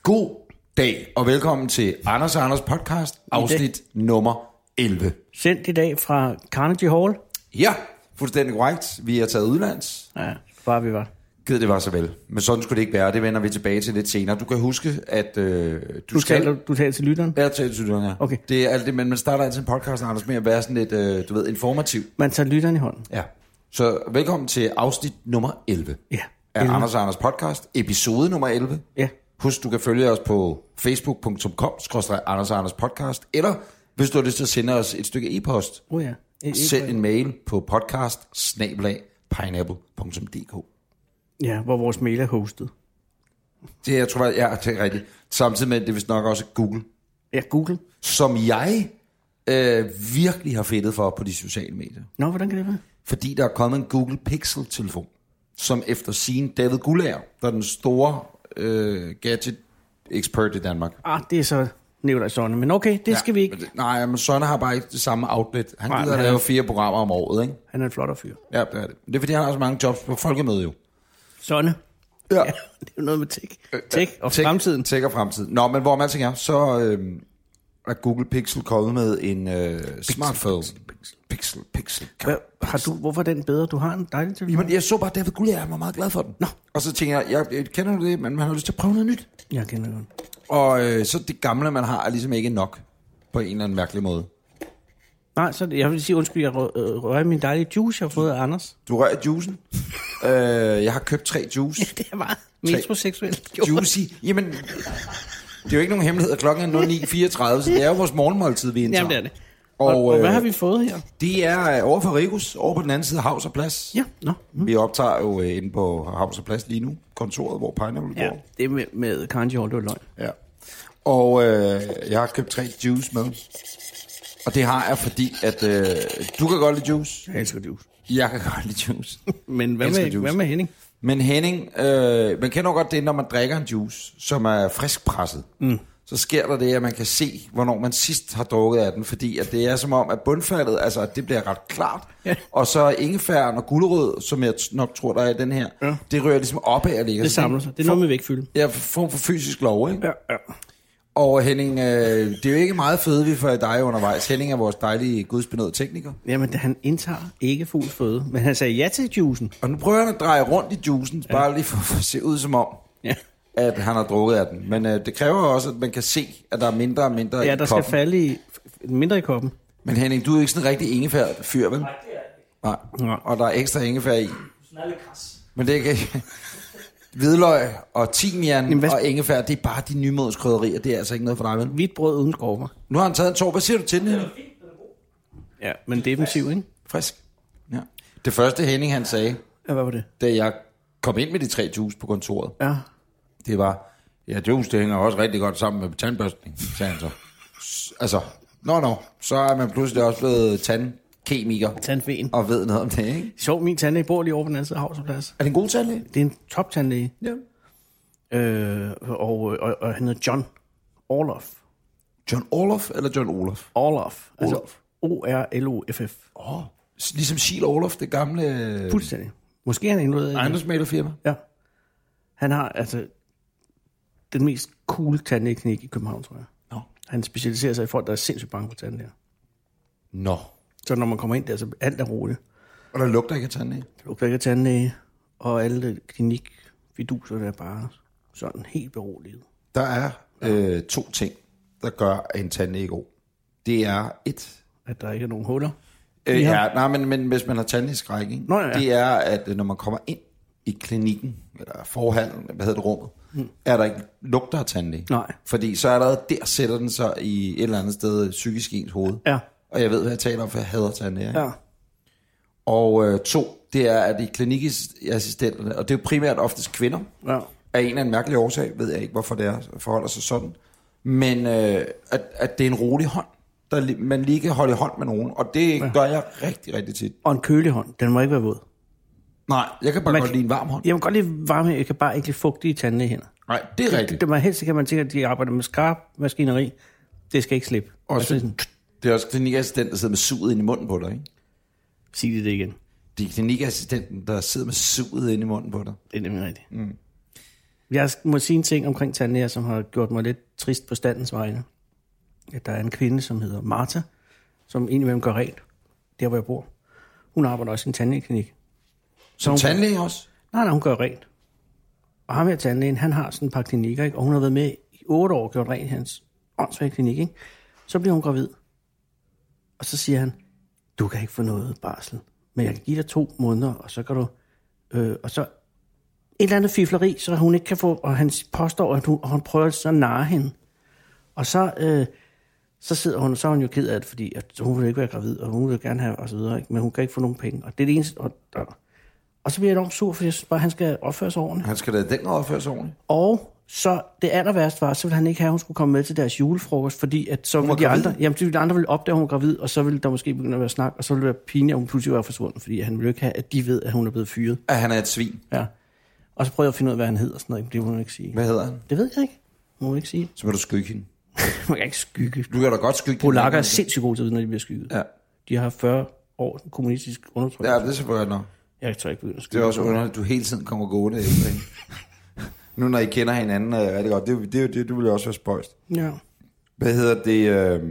God dag, og velkommen til Anders podcast, afsnit nummer 11. Sendt i dag fra Carnegie Hall. Ja, fuldstændig korrekt. Vi er taget udlands. Ja, bare vi var. Gid det var så vel. Men sådan skulle det ikke være. Det vender vi tilbage til lidt senere. Du kan huske, at du taler til lytteren? Ja, taler til lytteren, ja. Okay. Det er alt det, men man starter altid en podcast, Anders, med at være sådan lidt, informativ. Man tager lytteren i hånden. Ja. Så velkommen til afsnit nummer 11. Ja. Af Anders podcast, episode nummer 11. Ja. Husk, du kan følge os på facebook.com/AndersPodcast, eller hvis du har lyst til at sende os et stykke e-post, send en mail på podcast@pineapple.dk. Ja, hvor vores mail er hostet. Det jeg tror jeg, det er rigtigt. Samtidig med, det er vist nok også Google. Ja, Google. Som jeg virkelig har fedtet for på de sociale medier. Nå, hvordan kan det være? Fordi der er kommet en Google Pixel-telefon, som efter sin David Gullager, der er den store gadget-ekspert i Danmark. Det er så nævnt af Sonne, men okay, det skal vi ikke. Nej, men Sonne har bare ikke det samme outlet. Han gider at lave 4 programmer om året, ikke? Han er en flot fyr. Ja, det er det. Det er fordi, han har så mange jobs på folkemøde jo. Sonne. Ja. Det er jo noget med tech og fremtiden. Tech og fremtiden. Nå, men hvor man tænker, så er Google Pixel kommet med en smartphone. Pixel. Hvorfor er den bedre? Du har en dejlig telefon. Jamen, jeg så bare David Gullager, jeg var meget glad for den. Nå. Og så tænker jeg kender du det, men man har lyst til at prøve noget nyt. Jeg kender den. Og så det gamle, man har, er ligesom ikke nok på en eller anden mærkelig måde. Nej, så jeg vil sige, undskyld, jeg rører min dejlige juice, jeg har fået af Anders. Du rører juicen? Jeg har købt 3 juice. Ja, det er meget metroseksuelt. Juicy. Jamen, det er jo ikke nogen hemmelighed, at klokken er 09:34, så det er jo vores morgenmåltid, vi indtager. Jamen, det er det. Og hvad har vi fået her? Det er over for Rigus, over på den anden side af Havs og Plads. Ja, Vi optager jo inde på Havs og Plads lige nu, kontoret, hvor Pineapple går. Ja, det er med Carnegie Hall, det var løgn. Ja. Og jeg har købt 3 juice med. Og det har jeg, fordi at du kan godt lide juice. Jeg elsker juice. Jeg kan godt lide juice. Men hvad med Henning? Men Henning, man kender godt det, når man drikker en juice, som er friskpresset. Så sker der det, at man kan se, hvornår man sidst har drukket af den, fordi at det er som om, at bundfaldet, altså at det bliver ret klart, og så ingefæren og gulerod, som jeg nok tror, der er i den her, det rører ligesom opad og ligger. Det samler sig. Det er noget med vægtfylde. Ja, form for fysisk lov, ikke? Ja. Og Henning, det er jo ikke meget fede, vi får dig undervejs. Henning er vores dejlige gudsbenåede tekniker. Jamen, han indtager ikke fuld føde, men han sagde ja til juicen. Og nu prøver han at dreje rundt i juicen, bare lige for at se ud som om, at han har drukket af den. Men det kræver også, at man kan se, at der er mindre og mindre i koppen. Ja, der skal falde mindre i koppen. Men Henning, du er jo ikke sådan en rigtig ingefær-fyr, vel? Nej, det er det ikke. Nej, og der er ekstra ingefær i. Sådan er lidt kras. Men det er ikke... Hvidløg og timian og ingefær, det er bare de nymods krydderier. Det er altså ikke noget for dig, vel? Hvidt brød uden skorper. Nu har han taget en tår. Hvad siger du til den, Henning? Ja, men defensiv, ikke? Frisk. Ja. Det første Henning, han sagde, hvad var det? Da jeg kom ind med de 3 juice på kontoret, det var, juice, det hænger også rigtig godt sammen med tandbørstning, sagde han så. Altså, så er man pludselig også blevet tandkemiker. Tandfen. Og ved noget om det, ikke? Sjov, min tandlæge bor lige over på den anden side af Havs og Plads. Er det en god tandlæge? Det er en top-tandlæge. Ja. Og han hedder John Orloff. John Orloff eller John Olaf? Orloff. Altså O-R-L-O-F-F. Ligesom Schiel Orloff, det gamle... Fuldstændig. Måske han noget... ejendomsmæglerfirma. Ja. Han har altså den mest cool tandlægeklinik i København, tror jeg. Han specialiserer sig i folk, der er sindssygt bange for tandlæger. Så når man kommer ind der, så alt er roligt. Og der lugter ikke af tandlæge? Der lugter ikke af tandlæge, og alle klinikfiduser der er bare sådan helt beroliget. Der er 2 ting, der gør en tandlæge god. Det er 1... At der ikke er nogen huller? Men hvis man har tandlægeskræk, ikke? Det er, at når man kommer ind i klinikken, eller forhallen, rummet, er der ikke lugter af tandlæge. Nej. Fordi så er der sætter den sig i et eller andet sted psykisk i ens hoved. Ja. Og jeg ved, hvad jeg taler om, for jeg hader tandlæge. Ja. Og 2, det er, at de klinikassistenterne, og det er jo primært oftest kvinder, af en eller anden mærkelig årsag, ved jeg ikke, hvorfor det forholder sig sådan, men at det er en rolig hånd, man lige kan holde i hånd med nogen, og det gør jeg rigtig, rigtig tit. Og en kølig hånd, den må ikke være våd. Nej, jeg kan bare godt lide en varm hånd. Jeg kan godt lide varme, jeg kan bare ikke lide fugtige tandlægehænder. Nej, det er rigtigt. Det man helst kan man tænke, at de arbejder med skarp maskineri. Det skal ikke slippe. Det er også klinikassistenten, der sidder med suget ind i munden på dig, ikke? Sig det igen. Det er klinikassistenten, der sidder med suget ind i munden på dig. Det er nemlig rigtigt. Jeg må sige en ting omkring tandlæger, som har gjort mig lidt trist på standens vegne. At der er en kvinde, som hedder Martha, som indimellem gør rent, der hvor jeg bor. Hun arbejder også i en tandlægeklinik. Som tandlæge også? Nej, hun gør rent. Og ham her tandlægen, han har sådan et par klinikker, ikke? Og hun har været med i 8 år gjort rent i hans åndssvage klinik, ikke? Så bliver hun gravid. Og så siger han, du kan ikke få noget barsel, men jeg kan give dig 2 måneder, og så kan du... og så et eller andet fifleri, så hun ikke kan få... Og han påstår, at hun prøver så at narre hende. Og så sidder hun, så er hun jo ked af det, fordi at hun vil ikke være gravid, og hun vil gerne have, og så videre, ikke? Men hun kan ikke få nogen penge. Og det er det eneste... Og så bliver jeg enormt sur, for jeg synes bare, at han skal opføre sig ordentligt. Han skal da den opføre sig ordentligt. Og så det aller værste var, så ville han ikke have, at hun skulle komme med til deres julefrokost, fordi at så ville de andre ville opdage, at hun var gravid, og så ville der måske begynde at være snak, og så ville det være pinligt, at hun pludselig var forsvundet, fordi han ville ikke have, at de ved, at hun er blevet fyret. At han er et svin. Ja. Og så prøvede jeg at finde ud af, hvad han hedder, sådan noget. Det må hun ikke sige. Hvad hedder han? Det ved jeg ikke. Må hun ikke sige. Så må du skygge hende. Man kan ikke skygge. Du kan da godt skygge. Polakker er sindssygt gode til at vide, når de bliver skygget. Ja. De har 40 år kommunistisk undertrykkelse. Ja, det er selvfølgelig nok. Jeg tror ikke begynde at skygge. Det er også underligt, at du hele tiden kommer gående efter hende. Nu når I kender hinanden rigtig godt, det vil jo også være spøjst. Ja. Hvad hedder det?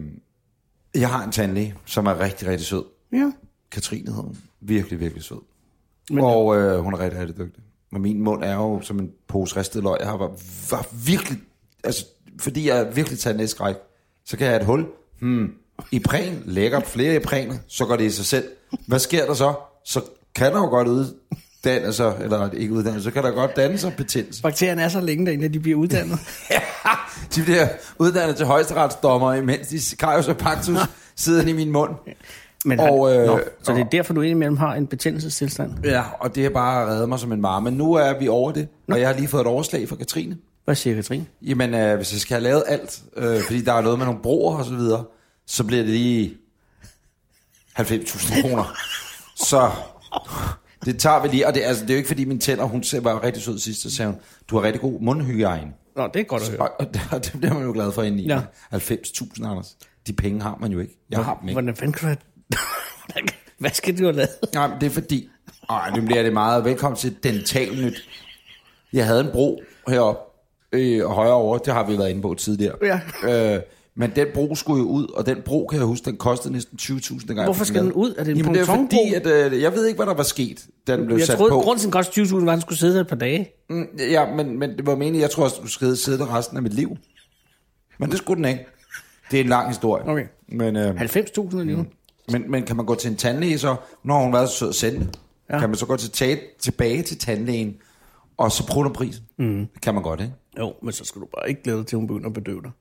Jeg har en tandlæge, som er rigtig, rigtig sød. Ja. Katrine hedder hun. Virkelig, virkelig sød. Men, og hun er rigtig, rigtig dygtig. Og min mund er jo som en pose ristet løg. Jeg var virkelig, altså fordi jeg er virkelig tandlægeskræk, så kan jeg have et hul. Ipren, lækkert, flere Iprener, så går det i sig selv. Hvad sker der så? Så kan der jo godt uddanne sig, eller ikke uddanne, så kan der godt danne sig betændelse. Bakterierne er så længe derinde, at de bliver uddannet. Ja, de bliver uddannet til højesteretsdommer, imens de Karius og Pactus sidder i min mund. Men så det er derfor, du indimellem har en betændelsestilstand? Ja, og det har bare reddet mig som en marre. Men nu er vi over det, og jeg har lige fået et overslag fra Katrine. Hvad siger Katrine? Jamen, hvis jeg skal have lavet alt, fordi der er noget med nogle broer og så videre, så bliver det lige 90.000 kroner. Så det tager vi lige, og det er jo ikke fordi mine tænder, hun var rigtig sød sidst, så sagde hun, du har rigtig god mundhygiejne. Nå, det er godt at høre. Og det bliver man jo glad for indeni. Ja. 90.000, Anders. De penge har man jo ikke. Jeg har dem ikke. Hvordan fanden kan du hvad skal du have lavet? Nej, men det er fordi, nu bliver det meget. Velkommen til Dentalnyt. Jeg havde en bro heroppe højre over, det har vi været inde på tidligere. Ja. Men den bro skulle jo ud, og den bro, kan jeg huske, den kostede næsten 20.000 dengang. Hvorfor skal den ud? Er det en det er fordi, at jeg ved ikke, hvad der var sket, da den blev sat på. Jeg troede, grunden til den kostede 20.000, var, at den skulle sidde der et par dage. Ja, men det var meningen, jeg tror, at du skulle sidde der resten af mit liv. Men det skulle den ikke. Det er en lang historie. Okay. Men, 90.000 alligevel. Men kan man gå til en tandlæge, så når hun har været så sød at sende, kan man så gå tilbage til tandlægen, og så prøve prisen? Det kan man godt, ikke? Jo, men så skal du bare ikke glæde til, hun begynder at bedøve dig.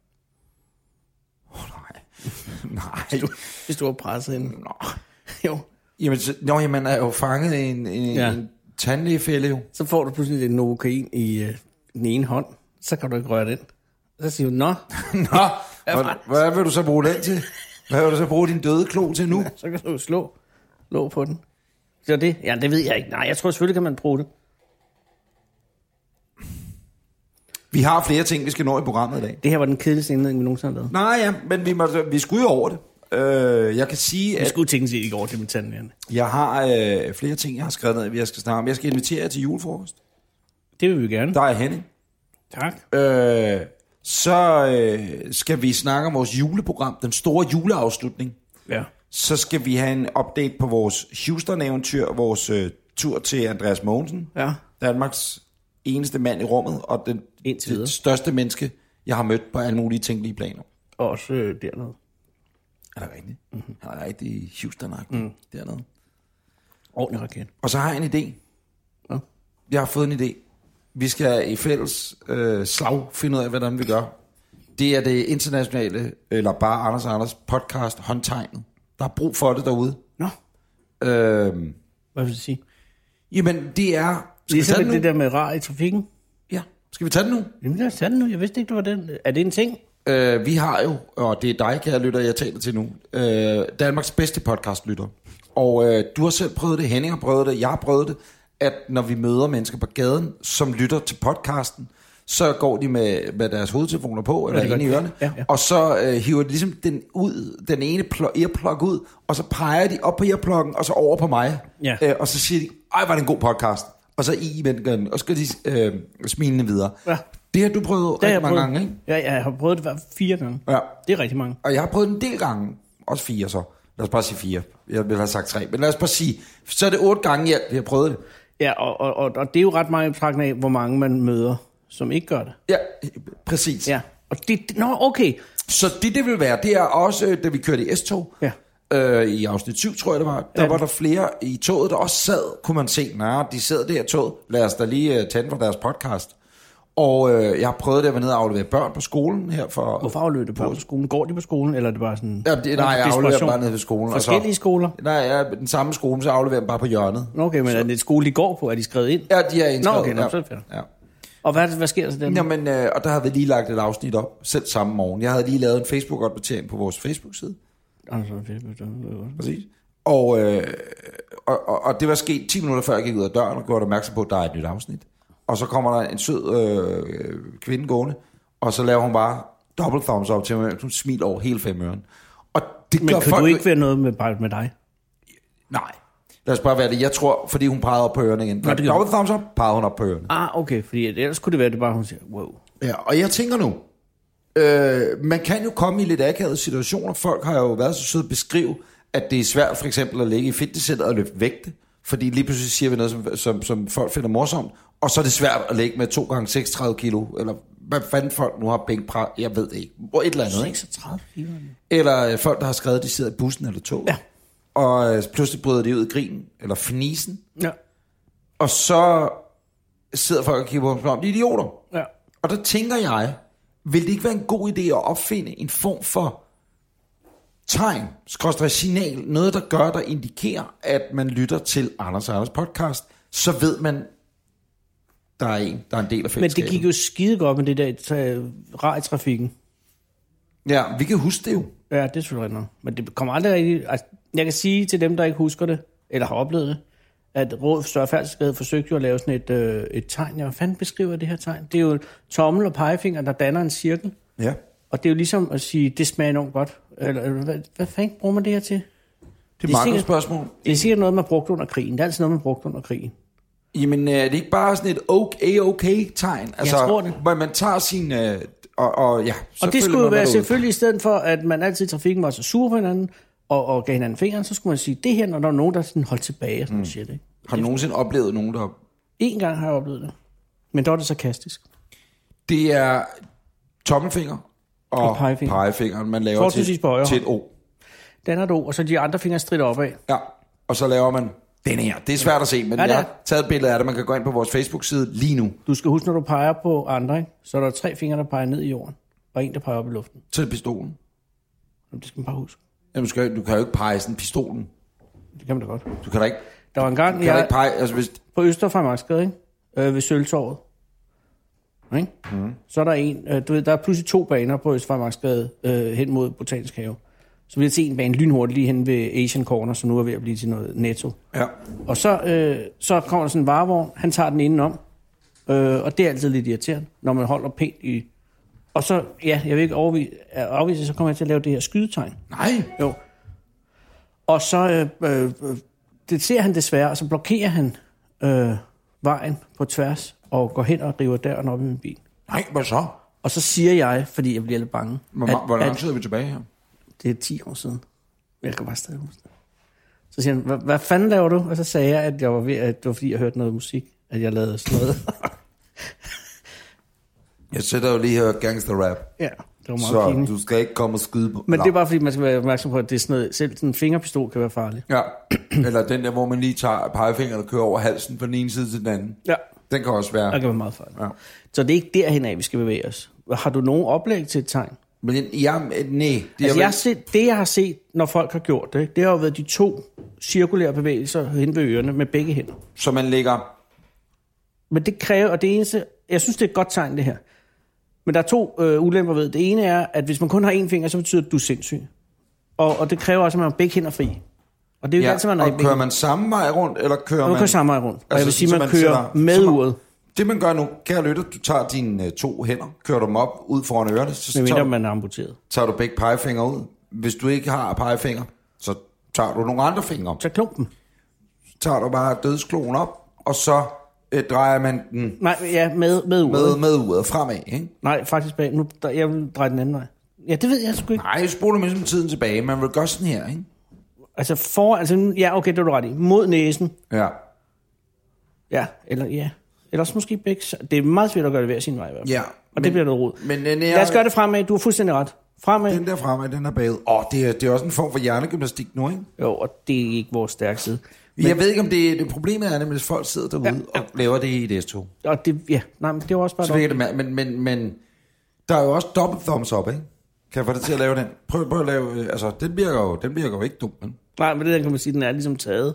Nej. Hvis du har presset hende. Jo. Jamen er jo fanget i en tandlægefælde jo. Så får du pludselig lidt Novocain i den ene hånd. Så kan du ikke røre den. Så siger du, nå. Hvad vil du så bruge den til? Hvad vil du så bruge din døde klo til nu? Ja, så kan du slå på den. Så det? Ja, det ved jeg ikke. Nej, jeg tror selvfølgelig, kan man bruge det. Vi har flere ting, vi skal nå i programmet i dag. Det her var den kedeligste indledning, vi nogensinde har lavet. Nej, ja, men vi skulle jo over det. Jeg kan sige, vi skulle tænke sig ikke over det med tandlægerne. Jeg har flere ting, jeg har skrevet ned, jeg skal snakke om. Jeg skal invitere jer til julefrokost. Det vil vi gerne. Der er Henning. Tak. Så skal vi snakke om vores juleprogram, den store juleafslutning. Ja. Så skal vi have en update på vores Houston-eventyr, vores tur til Andreas Mogensen. Ja. Danmarks eneste mand i rummet, og det største menneske, jeg har mødt på alle mulige tænkelige planer. Også dernede. Er det rigtigt? Mm-hmm. Han er rigtig Houston-agtig dernede. Ordentlig raket. Og så har jeg en idé. Ja. Jeg har fået en idé. Vi skal i fælles slag finde ud af, hvordan vi gør. Det er det internationale, eller bare Anders podcast, håndtegnet. Der er brug for det derude. Nå. Hvad vil du sige? Jamen, det er... Skal vi tage det der med rar i trafikken? Ja. Skal vi tage det nu? Jamen, lad os tage det nu. Jeg vidste ikke, det var den. Er det en ting? Vi har jo, og det er dig, kære lytter, jeg taler til nu, Danmarks bedste podcastlytter. Og du har selv prøvet det, Henning har prøvet det, jeg har prøvet det, at når vi møder mennesker på gaden, som lytter til podcasten, så går de med deres hovedtelefoner på, eller inde i ørerne, og så hiver de ligesom den ene earplug ud, og så peger de op på earpluggen, og så over på mig, og så siger de, ej, var det en god podcast. og så i ventgøren, og så skal de smilende videre. Ja. Det har du prøvet rigtig mange gange, ikke? Ja, jeg har prøvet det 4 gange. Ja. Det er rigtig mange. Og jeg har prøvet en del gange, også 4 så. Lad os bare sige 4. Jeg vil have sagt 3, men lad os bare sige, så er det 8 gange, jeg har prøvet det. Ja, og det er jo ret meget i betragtning af, hvor mange man møder, som ikke gør det. Ja, præcis. Ja, og okay. Så det vil være, det er også, da vi kørte i S-tog, i afsnit 7, tror jeg det var, der var der flere i toget, der også sad, kunne man se, de sad der i toget, lad os da lige tænde for deres podcast. Og jeg har prøvet det at være nede og aflevere børn på skolen her for... Hvorfor afleverer du børn på skolen? Går de på skolen, eller er det bare sådan... Nej, jeg afleverer bare nede ved skolen. Forskellige skoler? Nej, den samme skole, så afleverer jeg bare på hjørnet. Okay, men er det et skole, de går på? Er de skrevet ind? Ja, de er indskrevet. Okay, så ja. Og hvad sker der så der? Jamen, og der havde vi lige lagt et afsnit op, selv samme morgen. Jeg havde lige lavet en Facebook-opdatering på vores Facebook-side. Præcis. Og det var sket 10 minutter før jeg gik ud af døren og gjorde opmærksom på, at der er et nyt afsnit. Og så kommer der en sød kvinde gående, og så laver hun bare double thumbs up til mig. Hun smiler over hele 5 øren. Og det men kan du ikke være noget med dig? Nej. Lad os bare være det. Jeg tror, fordi hun pegede op på ørerne igen. Double thumbs up, pegede hun op på ørerne. Okay, fordi ellers kunne det være, det bare hun siger, wow. Ja, og jeg tænker nu, man kan jo komme i lidt akavede situationer. Folk har jo været så søde at beskrive, at det er svært for eksempel at ligge i fitnesscenteret og løfte vægte. Fordi lige pludselig siger vi noget, som folk finder morsomt. Og så er det svært at ligge med 2 gange 36 kilo. Eller hvad fanden folk nu har bænkpres. Jeg ved ikke. Et eller andet, 36 kilo. Eller folk, der har skrevet, at de sidder i bussen eller toget. Ja. Og pludselig bryder de ud i grinen. Eller fnisen. Ja. Og så sidder folk og kigger på dem, om de er idioter. Ja. Og der tænker jeg, vil det ikke være en god idé at opfinde en form for tegn, signal, noget der gør, der indikerer, at man lytter til Anders podcast, så ved man, der er en del af fællesskabet. Men det gik jo skide godt med det der radiotrafikken. Ja, vi kan huske det jo. Ja, det er selvfølgelig nok. Men det kommer aldrig rigtig... Altså, jeg kan sige til dem, der ikke husker det, eller har oplevet det, at Rådet for Større Færdselssikkerhed forsøgte jo at lave sådan et tegn. Jeg fanden beskriver det her tegn. Det er jo tommel og pegefinger, der danner en cirkel. Ja. Og det er jo ligesom at sige, det smager enormt godt. Eller hvad fanden bruger man det her til? Det er mange spørgsmål. Det er sikkert noget, man brugte under krigen. Det er altid noget, man brugte under krigen. Jamen, er det ikke bare sådan et okay-tegn? Altså, jeg tror det. Hvor man tager sin... Og det skulle jo være selvfølgelig, i stedet for, at man altid i trafikken var så sur på hinanden, og gav hinanden fingeren, så skulle man sige, det her, når der er nogen, der sådan holdt tilbage. Og sådan shit, ikke? Har du nogensinde oplevet nogen, der... En gang har jeg oplevet det. Men der var det sarkastisk. Det er tommelfinger og pegefingeren, man laver til et O. Den er et O, og så de andre fingre strider opad. Ja, og så laver man den her. Det er svært at se, men jeg har taget et billede af det. Man kan gå ind på vores Facebook-side lige nu. Du skal huske, når du peger på andre, ikke? Så er der 3 fingre, der peger ned i jorden, og en, der peger op i luften. Til pistolen. Jamen, det skal man bare huske. Jamen, du kan jo ikke pege sådan pistolen. Det kan man da godt. Du kan da ikke... Der var en gang, ikke pege, altså hvis... på Østerfremagsgade, ikke? Ved Sølvtorvet. Ikke? Mm. Så er der en... du ved, der er pludselig 2 baner på Østerfremagsgade hen mod Botanisk Have. Så vil jeg se en bane lynhurtigt lige hen ved Asian Corner, som nu er ved at blive til noget Netto. Ja. Og så kommer der sådan en varevogn. Han tager den indenom. Og det er altid lidt irriterende, når man holder pænt i... Og så, jeg vil ikke afvise, så kommer jeg til at lave det her skydetegn. Nej. Jo. Og så det ser han desværre, og så blokerer han vejen på tværs, og går hen og river døren op i min bil. Nej, hvad så? Og så siger jeg, fordi jeg bliver lidt bange. Hvor lang tid er vi tilbage her? Det er 10 år siden. Jeg kan bare stadig huske det. Så siger han, hvad fanden laver du? Og så sagde jeg, at jeg var ved, at det var fordi, jeg hørte noget musik, at jeg lavede sådan noget. Jeg sætter jo lige her gangster rap. Ja, det var meget pinligt. Så du skal ikke komme og skyde på. Men det er bare fordi, man skal være opmærksom på, at det er sådan noget, selv sådan en fingerpistol kan være farlig. Ja, eller den der, hvor man lige tager pegefingeren og kører over halsen fra den ene side til den anden. Ja. Den kan også være... Det kan være meget farligt. Ja. Så det er ikke derhen af, vi skal bevæge os. Har du nogen oplæg til et tegn? Men nej. Det jeg har set, når folk har gjort det, det har jo været de 2 cirkulære bevægelser hen ved ørerne med begge hænder. Så man lægger... Men det kræver, og det eneste... Jeg synes, det er et godt tegn, det her. Men der er 2 ulemper ved. Det ene er, at hvis man kun har 1 finger, så betyder det, at du er sindssyg. Og det kræver også, at man har begge hænder fri. Og det er jo altid, man har og kører man samme vej rundt, eller kører man... kører samme vej rundt. Og jeg vil sige, man kører med uret. Det man gør nu, kære lytter, du tager dine 2 hænder, kører dem op ud foran ørerne. Så man er amputeret. Tager du begge pegefingre ud. Hvis du ikke har pegefinger, så tager du nogle andre fingre. Så klumpen. Så tager du bare dødskloen op, og så drejer man den... Nej, ja, med uret. Med uret fremad, ikke? Nej, faktisk bag. Nu, jeg vil dreje den anden vej. Ja, det ved jeg sgu ikke. Nej, jeg spoler ligesom tiden tilbage. Man vil gøre sådan her, ikke? Altså ja, okay, det er du ret i. Mod næsen. Ja. Ja, eller også måske begge. Det er meget svært at gøre det hver sin vej. Ja. Og det bliver noget rod. Men lad os gøre det fremad. Du har fuldstændig ret. Fremad. Den der fremad, den er bagud. Det er også en form for hjernegymnastik nu, ikke? Jo, og det er ikke vores stærke side. Men jeg ved ikke, om det problemet er, hvis folk sidder derude og laver det i et S-tog. Og det, nej, men det er også bare... Så virker det med, men der er jo også dobbelt thumbs up, ikke? Kan jeg få det til at lave den? Prøv at lave... Altså, den virker jo ikke dumt, men... Nej, men det der kan man sige, den er ligesom taget.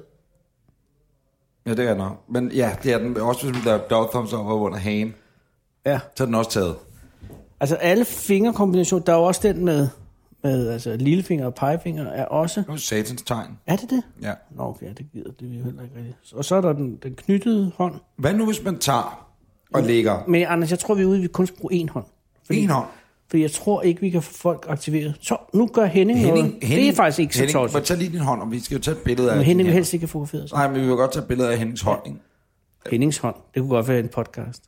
Ja, det er nok. Men ja, det er den også, hvis man laver dobbelt thumbs up over under hagen. Ja. Så er den også taget. Altså, alle fingerkombinationer, der er jo også den med altså, lillefinger og pegefinger, er også... Det er satans tegn. Er det det? Ja. Nå, okay, det gider det jo heller ikke rigtigt. Og så er der den knyttede hånd. Hvad nu, hvis man tager og lægger... Men Anders, jeg tror, vi er ude, at vi kun skal bruge én hånd. En hånd? Fordi jeg tror ikke, vi kan få folk aktiveret. Så nu gør Henning noget. Det er faktisk ikke så tosset. Henning, tag lige din hånd, og vi skal jo tage et billede af... Men Henning vil helst ikke have fotograferet sig. Nej, men vi vil godt tage et billede af Hennings hånd, ikke? Hennings hånd. Det kunne godt være en podcast.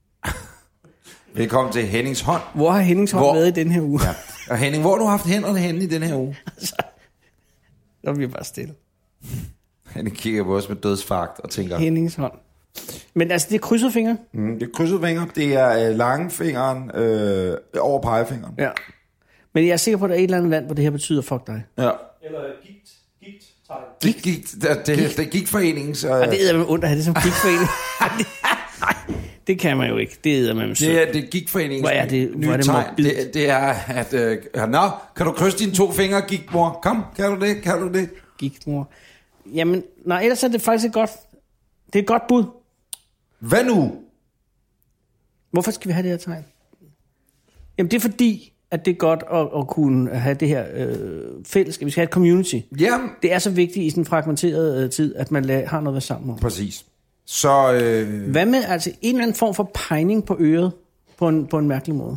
Velkommen til Hennings hånd. Hvor har Hennings hånd været i den her uge? Ja. Og Henning, hvor har du haft hænderne henne i den her uge? Så er vi bare stille. Henning kigger på os med dødsfagt og tænker... Hennings hånd. Men altså, det er krydsede fingre? Det er krydsede fingre. Det er langfingeren over pegefingeren. Ja. Men jeg er sikker på, at der er et eller andet land, hvor det her betyder fuck dig. Ja. Eller gigt. Det er gigtforeningen. Så... Og det er man ondt at have det som gigtforening. Det kan man jo ikke. Det er man det er gigtforeningens hvor er det tegn. Det er, at... nå, kan du krydse dine 2 fingre, gigtmor? Kom, kan du det? Gigtmor. Jamen, nej, ellers er det faktisk et godt... Det er et godt bud. Hvad nu? Hvorfor skal vi have det her tegn? Jamen, det er fordi, at det er godt at kunne have det her fællesskab. Vi skal have et community. Jamen. Det er så vigtigt i sådan en fragmenteret tid, at man har noget at være sammen om. Præcis. Så... Hvad med altså en eller anden form for pegning på øret på en mærkelig måde?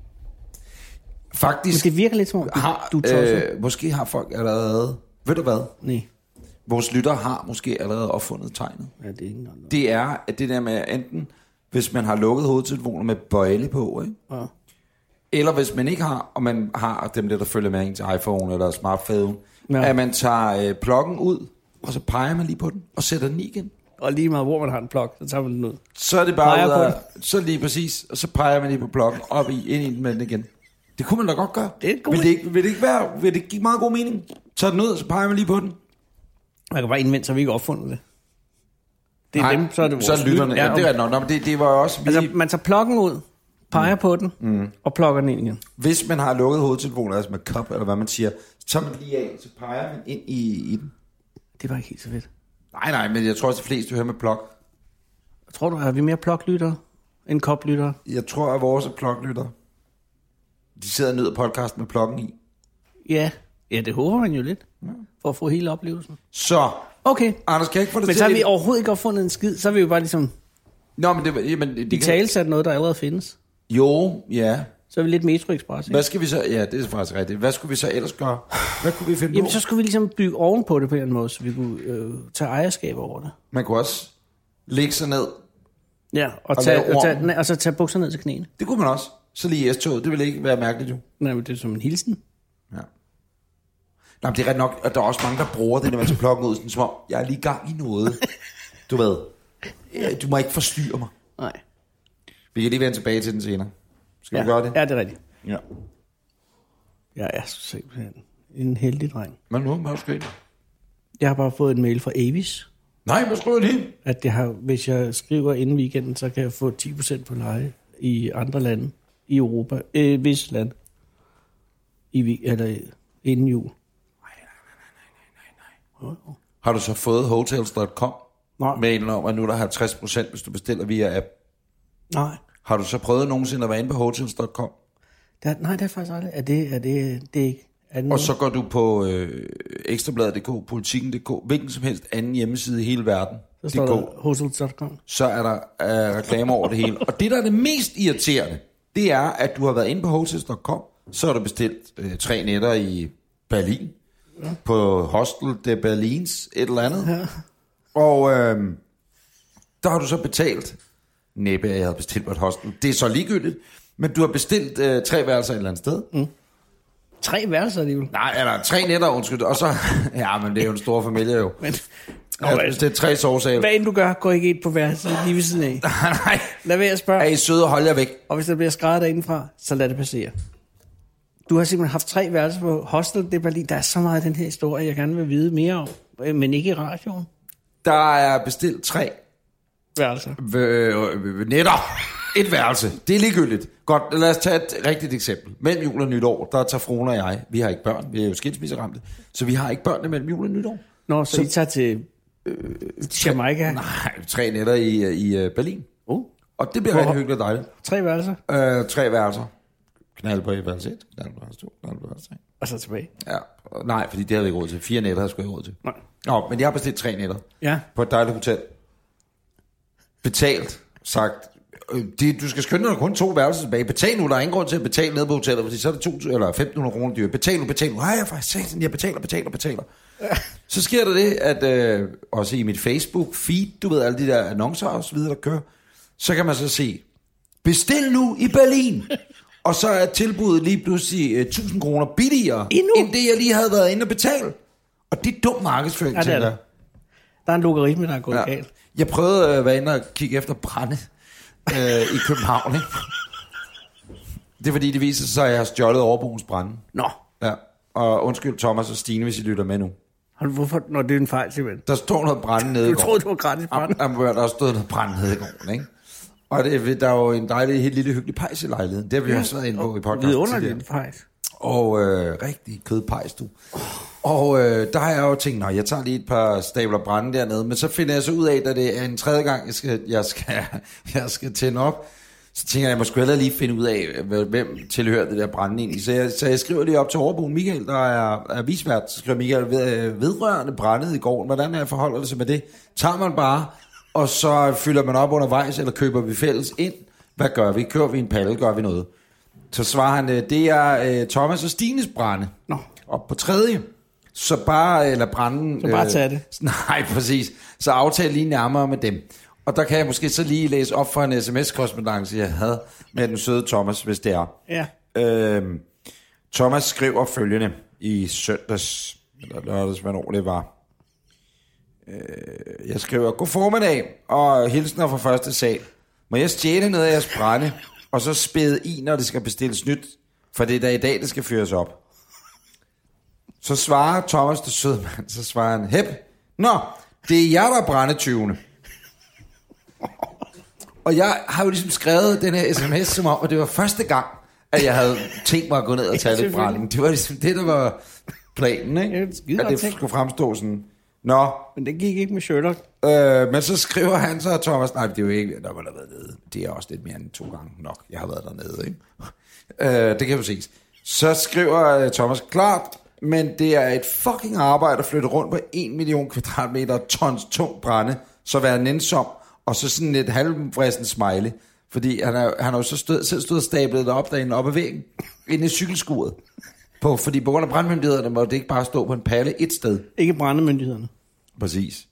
Faktisk... Men det virker lidt som om, du måske har folk allerede... Ved du hvad? Nej. Vores lyttere har måske allerede opfundet tegnet. Ja, det er ikke noget. Det er, at det der med enten, hvis man har lukket hovedtelefoner med bøjle på, ikke? Ja. Eller hvis man ikke har, og man har dem der følger med til iPhone eller smartphone, ja. At man tager pluggen ud, og så peger man lige på den, og sætter den i igen. Og lige meget, hvor man har en plug, så tager man den ud. Så er det bare så lige præcis, og så peger man lige på pluggen, ind i den med den igen. Det kunne man da godt gøre. Det er god. Vil det give meget god mening? Så den ud, og så peger man lige på den. Man kan bare indvende, så vi ikke opfundet det. Det er dem, så er det vores. Så er lytterne. Ja, det er nok. Men det var også... Altså, man tager pluggen ud, peger på den, og plugger den ind igen. Hvis man har lukket hovedtelefoner, altså med cup, eller hvad man siger, så tager man lige af, så peger man ind i den. Det var ikke helt så fedt. Nej, men jeg tror også, de fleste hører med plug. Tror du, har vi mere pluglyttere end koplyttere? Jeg tror, at vores er pluglyttere. De sidder og nyder podcasten med pluggen i. Ja, det håber man jo lidt. Ja. For at få hele oplevelsen. Så, okay. Anders, kan jeg ikke få det men til? Men så har vi overhovedet ikke opfundet en skid. Så er vi jo bare ligesom... Nå, men det vi talesat noget, der allerede findes. Jo, ja. Så er vi lidt Metro Express, ikke? Hvad skal vi så... Ja, det er faktisk rigtigt. Hvad skulle vi så ellers gøre? Hvad kunne vi finde på? Jamen, så skulle vi ligesom bygge ovenpå det på en måde, så vi kunne tage ejerskab over det. Man kunne også lægge sig ned. Ja, og så tage bukser ned til knæene. Det kunne man også. Så lige i S-toget. Det ville ikke være mærkeligt, jo. Nej, men det er som en hilsen. Ja. Nej, men det er ret nok, at der er også mange, der bruger det, når man tager pluggen ud, sådan, som om, jeg er lige i gang i noget. Du ved, du må ikke forstyrre mig. Nej. Vi kan lige vende tilbage til den senere. Skal vi gøre det? Ja, det er rigtigt. Ja. Jeg er simpelthen en heldig dreng. Men nu, hvad skal jeg har bare fået en mail fra Avis. Nej, hvad skriver de? At hvis jeg skriver inden weekenden, så kan jeg få 10% på leje i andre lande i Europa. Visse lande. Eller inden jul. Nej. Har du så fået hotels.com? Nej. Mailen om, at nu er der 50%, hvis du bestiller via app? Nej. Har du så prøvet nogensinde at være inde på hotels.com? Nej, det er faktisk aldrig. Er det ikke? Og så går du på ekstrabladet.dk, politikken.dk, hvilken som helst anden hjemmeside i hele verden. Så står der hotels.com. Så er der reklamer over det hele. Og det, der er det mest irriterende, det er, at du har været inde på hotels.com, så har du bestilt 3 nætter i Berlin, på Hostel de Berlins, et eller andet. Ja. Og der har du så betalt, næppe jeg havde bestilt på et hostel, det er så ligegyldigt, men du har bestilt 3 værelser et eller andet sted. 3 værelser alligevel? Nej, eller 3 nætter, undskyld, og så, ja, men det er jo en stor familie jo. Men, det er 3 sovesale. Hvad end du gør, gå ikke ind på værelset lige ved siden af. Nej. Lad være at spørge. Er I søde og hold jer væk? Og hvis der bliver skrevet derindefra, så lad det passere. Du har simpelthen haft 3 værelser på hostel, det er Berlin. Der er så meget af den her historie, jeg gerne vil vide mere om, men ikke i radioen. Der er bestilt 3 værelser. Netter. Et værelse. Det er ligegyldigt. Godt, lad os tage et rigtigt eksempel. Mellem jul og nytår, der tager Frona og jeg. Vi har ikke børn, vi er jo skilsmisseramte. Så vi har ikke børnene mellem jul og nytår. Nå, så I tager til Jamaica? Nej, 3 nætter i Berlin. Og det bliver rigtig hyggeligt og dejligt. 3 værelser? 3 værelser. Knald på værelse 1, knald på værelse 2, knald på værelse 3. Og så tilbage? Ja, nej, fordi det havde vi ikke råd til. 4 nætter havde jeg sgu ikke råd til. Nej. Nå, men jeg har bestilt 3 nætter. Ja. På et dejligt hotel. Betalt, sagt, du skal skynde dig kun 2 værelser tilbage. Betal nu, der er ingen grund til at betale ned på hotellet, fordi så er det 2 eller 1.500 kroner dyrt. Betal nu. Nej, jeg faktisk jeg betaler. Så sker der det, at også i mit Facebook-feed, du ved, alle de der annoncer og så videre, der kører, så kan man så se, bestil nu i Berlin. Og så er tilbuddet lige pludselig 1.000 kroner billigere, end det jeg lige havde været inde og betale. Og det er dum markedsføring, ja, der er en logaritme, der er gået galt. Jeg prøvede at være inde og kigge efter brænde i København, ikke? Det er fordi, det viser sig, at jeg har stjålet overboens brænde. Nå. Ja, og undskyld Thomas og Stine, hvis I lytter med nu. Hvorfor? Når det er en fejl, simpelthen. Der står noget brænde nede i gården. Du troede, det var gratis brænde? Der stod noget brænde nede i gården, ikke? Og der er jo en dejlig, helt lille hyggelig pejs i lejligheden. Det har vi også været inde på i podcasten. Vidunderligt pejs. Og rigtig kødpejs, du. Og der har jeg jo tænkt, jeg tager lige et par stabler brænde dernede. Men så finder jeg så ud af, at det er en tredje gang, jeg skal tænde op. Så tænker jeg må hellere lige finde ud af, hvem tilhører det der brænde egentlig. Så jeg skriver lige op til overboen Michael, der er visvært. Så skriver Michael, vedrørende brændet i gården. Hvordan forholder det sig med det? Tager man bare, og så fylder man op undervejs, eller køber vi fælles ind? Hvad gør vi? Kører vi en palle? Gør vi noget? Så svarer han, det er Thomas og Stines brænde. Nå. Og på tredje, så bare, eller branden... Så bare tage det. Nej, præcis. Så aftale lige nærmere med dem. Og der kan jeg måske så lige læse op for en sms-korrespondance, jeg havde med den søde Thomas, hvis det er. Ja. Thomas skriver følgende i søndags, eller lørdags, hvornår det var. Jeg skriver, god formiddag, og hilsner fra første sal. Må jeg stjæle noget af jeres brænde, og så spæde i, når det skal bestilles nyt, for det er der i dag, det skal fyres op. Så svarer Thomas, det søde mand, så svarer han, hep, nå, det er jer, der er brændetyvene. Og jeg har jo ligesom skrevet den her sms, som om, at det var første gang, at jeg havde tænkt mig at gå ned og tage lidt brænde. Det var ligesom det, der var planen, ikke? Ja, at det skulle fremstå sådan, nå. Men det gik ikke med Sherlock. Men så skriver han så, Thomas, nej, det er jo ikke, der var der været nede. Det er også lidt mere end 2 gange nok, jeg har været dernede, ikke? Det kan jo ses. Så skriver Thomas, klart, men det er et fucking arbejde at flytte rundt på 1 million kvadratmeter tons tung brænde, så vær nænsom, og så sådan et halvfristen smiley, fordi han har jo så selv stået og stablet op derinde op ad væggen, inde i cykelskuret. Fordi på grund af brandmyndighederne må det ikke bare stå på en palle et sted. Ikke brandmyndighederne. Præcis.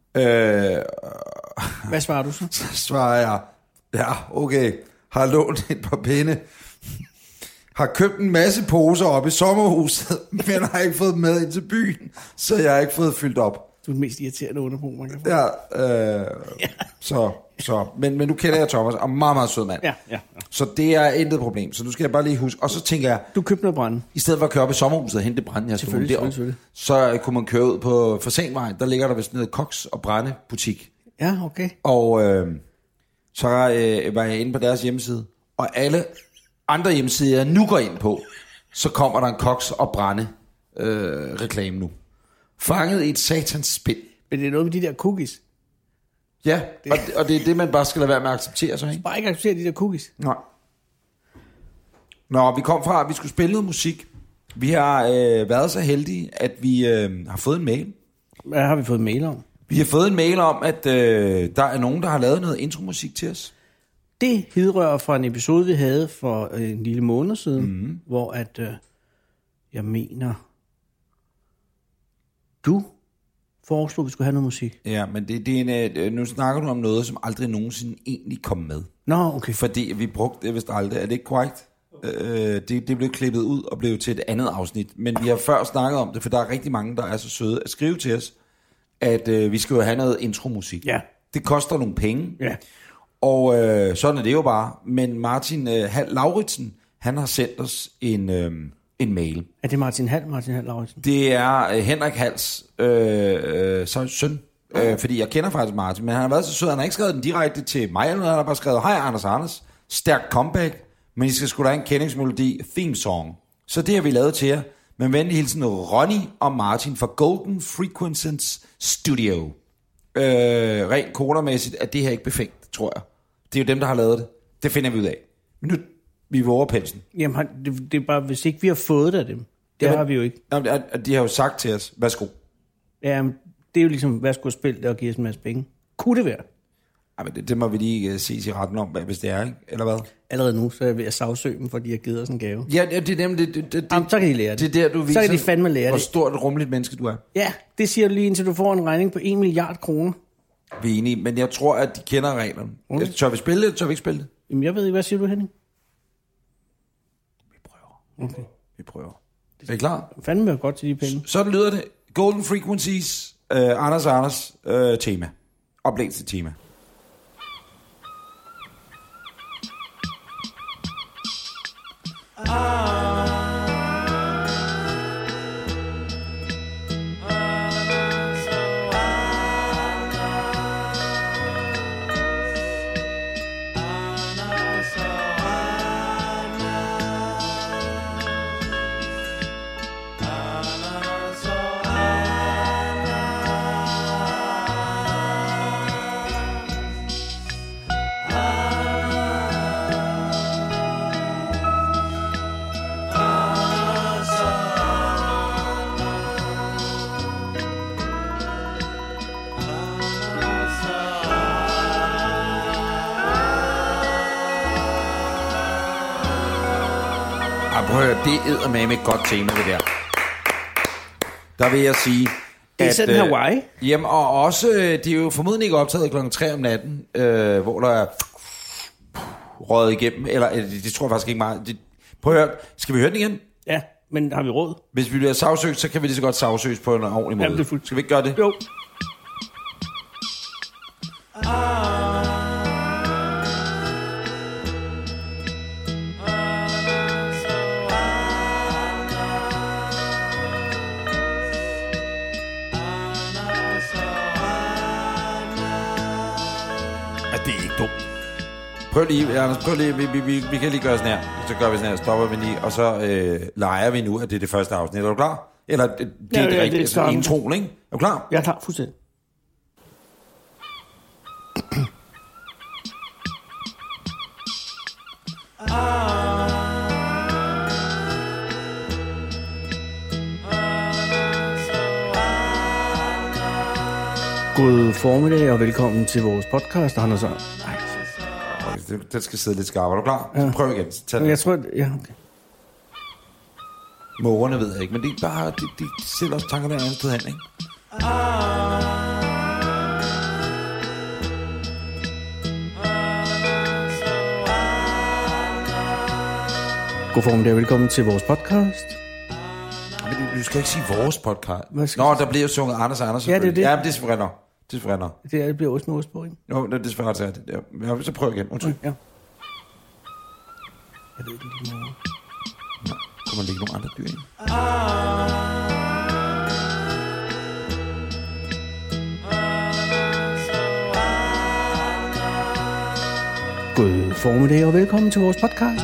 Hvad svarer du så? Så svarer jeg, ja, okay, har lånt et par pinde, har købt en masse poser op i sommerhuset, men har ikke fået dem med ind til byen, så jeg har ikke fået fyldt op. Du er den mest irriterende underbo, man kan få. Ja, men nu kender jeg Thomas, og meget, meget sød mand. Ja. Så det er intet problem, så nu skal jeg bare lige huske. Og så tænker jeg... Du købte noget brænde. I stedet for at køre op i sommerhuset og hente brænde, jeg skulle derop, så kunne man køre ud på Fasanvej. Der ligger der vist noget koks- og brændebutik. Ja, okay. Og så var jeg inde på deres hjemmeside, og alle andre hjemmesider, jeg nu går ind på, så kommer der en koks- og brænde reklame nu. Fanget i et satans spind. Men det er noget med de der cookies. Ja, og det er det, man bare skal lade være med at acceptere så, ikke? Bare ikke acceptere de der cookies. Nej. Nå, vi kom fra, at vi skulle spille noget musik. Vi har været så heldige, at vi har fået en mail. Hvad har vi fået en mail om? Vi har fået en mail om, at der er nogen, der har lavet noget intromusik til os. Det hidrører fra en episode, vi havde for en lille måned siden, hvor at, jeg mener, du foreslog, at vi skulle have noget musik. Ja, men det er nu snakker du om noget, som aldrig nogensinde egentlig kom med. Nå, okay. Fordi vi brugte det vist aldrig. Er det ikke korrekt? Det blev klippet ud og blev til et andet afsnit. Men vi har før snakket om det, for der er rigtig mange, der er så søde at skrive til os, at vi skal jo have noget intromusik. Ja. Det koster nogle penge. Ja. Og sådan er det jo bare. Men Martin Lauritsen, han har sendt os en mail. Er det Martin Hall Lauritsen? Det er Henrik Hals søn. Fordi jeg kender faktisk Martin, men han har været så sød. Han har ikke skrevet den direkte til mig, eller han har bare skrevet, hej Anders, stærk comeback, men I skal sgu da have en kendingsmelodi, theme song. Så det har vi lavet til jer. Men venlig hilsen Ronny og Martin fra Golden Frequencies Studio. Rent kodermæssigt er det her ikke befængt, tror jeg. Det er jo dem, der har lavet det. Det finder vi ud af. Men nu vi våger pelsen. Jamen, det er bare, hvis ikke vi har fået det af dem. Det har vi jo ikke. Jamen, de har jo sagt til os, værsgo. Jamen, det er jo ligesom, værsgo spil det og give os en masse penge. Kunne det være? Jamen, det må vi lige ses i retten om, hvis det er, ikke? Eller hvad? Allerede nu, så er jeg ved at sagsøge dem, fordi de har givet os en gave. Ja, det er nemlig... Jamen, så kan de lære det. Det er der, du viser, så kan de fandme lære hvor stort et rummeligt menneske du er. Ja, det siger du lige, indtil du får en regning på 1 milliard kroner. Vi er enige, men jeg tror, at de kender reglerne. Okay. Tør vi spille det, tør vi ikke spille det? Jamen, jeg ved ikke, hvad siger du, Henning? Vi prøver. Okay. Vi prøver. Er I klar? Fandme godt til de penge. Sådan lyder det. Golden Frequencies, Anders tema. Oplæg til tema. Det er med et godt tema, det der. Der vil jeg sige... Det er sådan Hawaii. Jamen, og også, de er jo formodentlig ikke optaget klokken 3 om natten, hvor der er røget igennem, eller det tror jeg faktisk ikke meget. Prøv at høre, skal vi høre den igen? Ja, men har vi råd? Hvis vi bliver sagsøgt, så kan vi lige så godt sagsøges på en ordentlig måde. Jamen, det er fuldt. Skal vi ikke gøre det? Jo. Det er ikke dumt. Prøv lige, Anders, vi kan lige gøre sådan her. Så gør vi sådan her, stopper vi lige, og så leger vi nu, at det er det første afsnit. Er du klar? Eller det er det rigtige, altså introen, ikke? Er du klar? Jeg er klar, fuldstændig. God formiddag og velkommen til vores podcast, Anders. Den skal sidde lidt skarpt. Er du klar? Ja. Så prøv igen. Jeg tror, ja, okay. Mågerne ved jeg ikke, men det er bare, de sætter også tankerne et andet sted hen, ikke? God formiddag og velkommen til vores podcast. Men du skal ikke sige vores podcast. Nå, der bliver jo sunget Anders. Ja, det er det. Ja, men det er selvfølgelig nok. Det bliver også med ost på, ikke? Jo, det er selvfølgelig ret det. Ja, så prøv igen. Undskyld. Ja. Jeg ved ikke, lige noget. Nå, kunne man lægge nogle andre dyr ind? God formiddag og velkommen til vores podcast.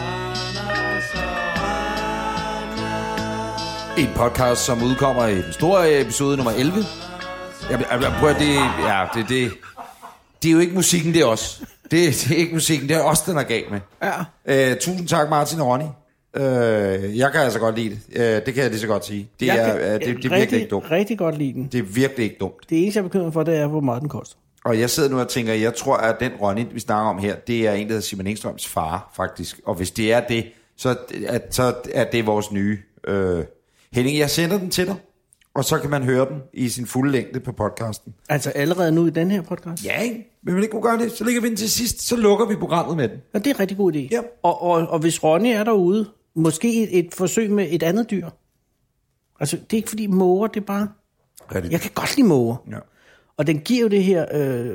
En podcast, som udkommer i den store episode nummer 11. Prøv at det er jo ikke musikken, det er os. Det er ikke musikken, det er os, den er galt med. Ja. Tusind tak, Martin og Ronny. Jeg kan altså godt lide det. Det kan jeg lige så godt sige. Det er virkelig ikke dumt. Rigtig godt lide den. Det er virkelig ikke dumt. Det eneste, jeg er bekymret for, det er, hvor meget den koster. Og jeg sidder nu og tænker, jeg tror, at den Ronny, vi snakker om her, det er en, der hedder Simon Engstrøms far, faktisk. Og hvis det er det, så er det vores nye... Henning, jeg sender den til dig, Og så kan man høre den i sin fulde længde på podcasten. Altså allerede nu i den her podcast? Ja, ikke? Vil man ikke kunne gøre det? Så ligger vi den til sidst, så lukker vi programmet med den. Ja, det er en rigtig god idé. Ja. Og hvis Ronny er derude, måske et forsøg med et andet dyr. Altså, det er ikke fordi måger, det er bare... Rigtig. Jeg kan godt lide måger. Ja. Og den giver jo det her...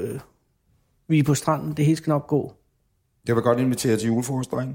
vi er på stranden, det hele skal nok gå. Jeg vil godt invitere til julefrokost, drenge.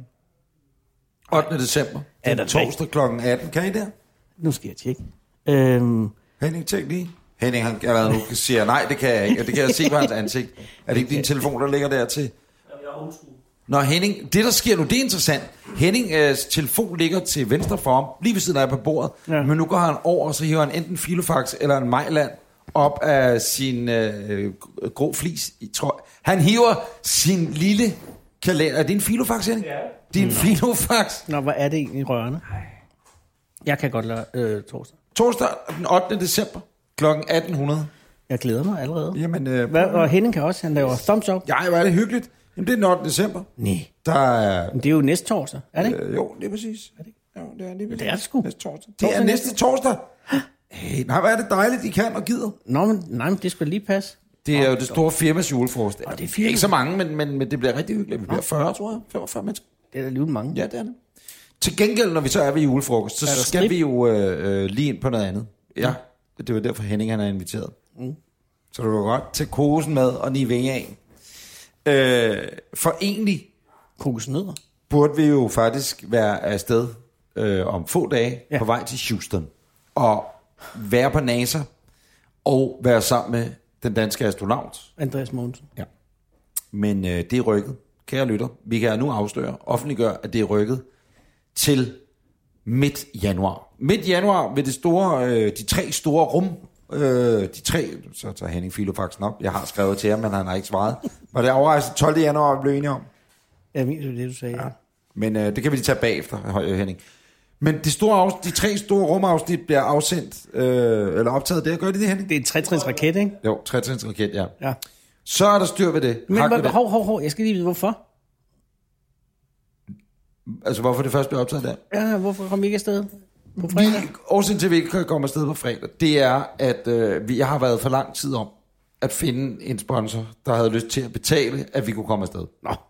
8. december. Er der torsdag kl. 18. Kan I det? Nu skal jeg tjekke. Henning, tænk lige. Henning, han nu siger, nej, det kan jeg ikke. Og det kan jeg se på hans ansigt. Er det ikke din telefon, der ligger der til? Nå, Henning, det der sker nu, det er interessant. Hennings telefon ligger til venstre for ham, lige ved siden af på bordet. Ja. Men nu går han over, og så hiver han enten Filofax eller en Mejland op af sin grå flis. Han hiver sin lille kalender. Er det en Filofax, Henning? Ja. Det er en Filofax. Nå, hvad er det egentlig rørende? Jeg kan godt lade torsdag. Torsdag den 8. december kl. 1800. Jeg glæder mig allerede. Jamen, og Henning kan også, han laver thumbs up. Ja, hvor er det hyggeligt. Jamen, det er den 8. december. Nej. Der er... Men det er jo næste torsdag, er det ikke? Jo, det er præcis. Er det ikke? Jo, det er lige præcis. Det er det sgu. Næste torsdag. Det er næste torsdag. Hey, nej, hvor er det dejligt, I kan og gider. Nå, men det skal lige passe. Det er jo det store firmas julefrokost. Og det er ikke så mange, men det bliver rigtig hyggeligt. Vi bliver 40, tror jeg. 45 mennesker. Det er da alligevel mange. Ja, det er det. Til gengæld, når vi så er ved julefrokost, så skal vi jo lige ind på noget andet. Ja, det var derfor Henning han er inviteret. Så du kan godt tage kosen med og nive af. For egentlig kokosnødder burde vi jo faktisk være afsted om få dage på vej til Houston og være på NASA og være sammen med den danske astronaut Andreas Mogensen. Ja. Men det er rykket, kære lytter. Vi kan nu offentliggøre, at det er rykket til midt januar. Midt januar ved det store, de 3 store rum. Så tager Henning Filofaxen op. Jeg har skrevet til ham, men han har ikke svaret. Var det overrejse 12. januar, vi blev enige om? Jeg mener det, du sagde. Ja. Men det kan vi lige tage bagefter, Henning. Men de 3 store rumafsnit bliver afsendt, eller optaget der. Gør de det, Henning? Det er en 3-trins raket, ikke? Jo, 3-trins raket, ja. Så er der styr ved det. Men hov, jeg skal lige vide, hvorfor? Altså, hvorfor det først bliver optaget der? Ja, hvorfor kom I ikke afsted på fredag? Årsagen til, at vi ikke kan komme afsted på fredag, det er, at jeg har været for lang tid om at finde en sponsor, der havde lyst til at betale, at vi kunne komme afsted.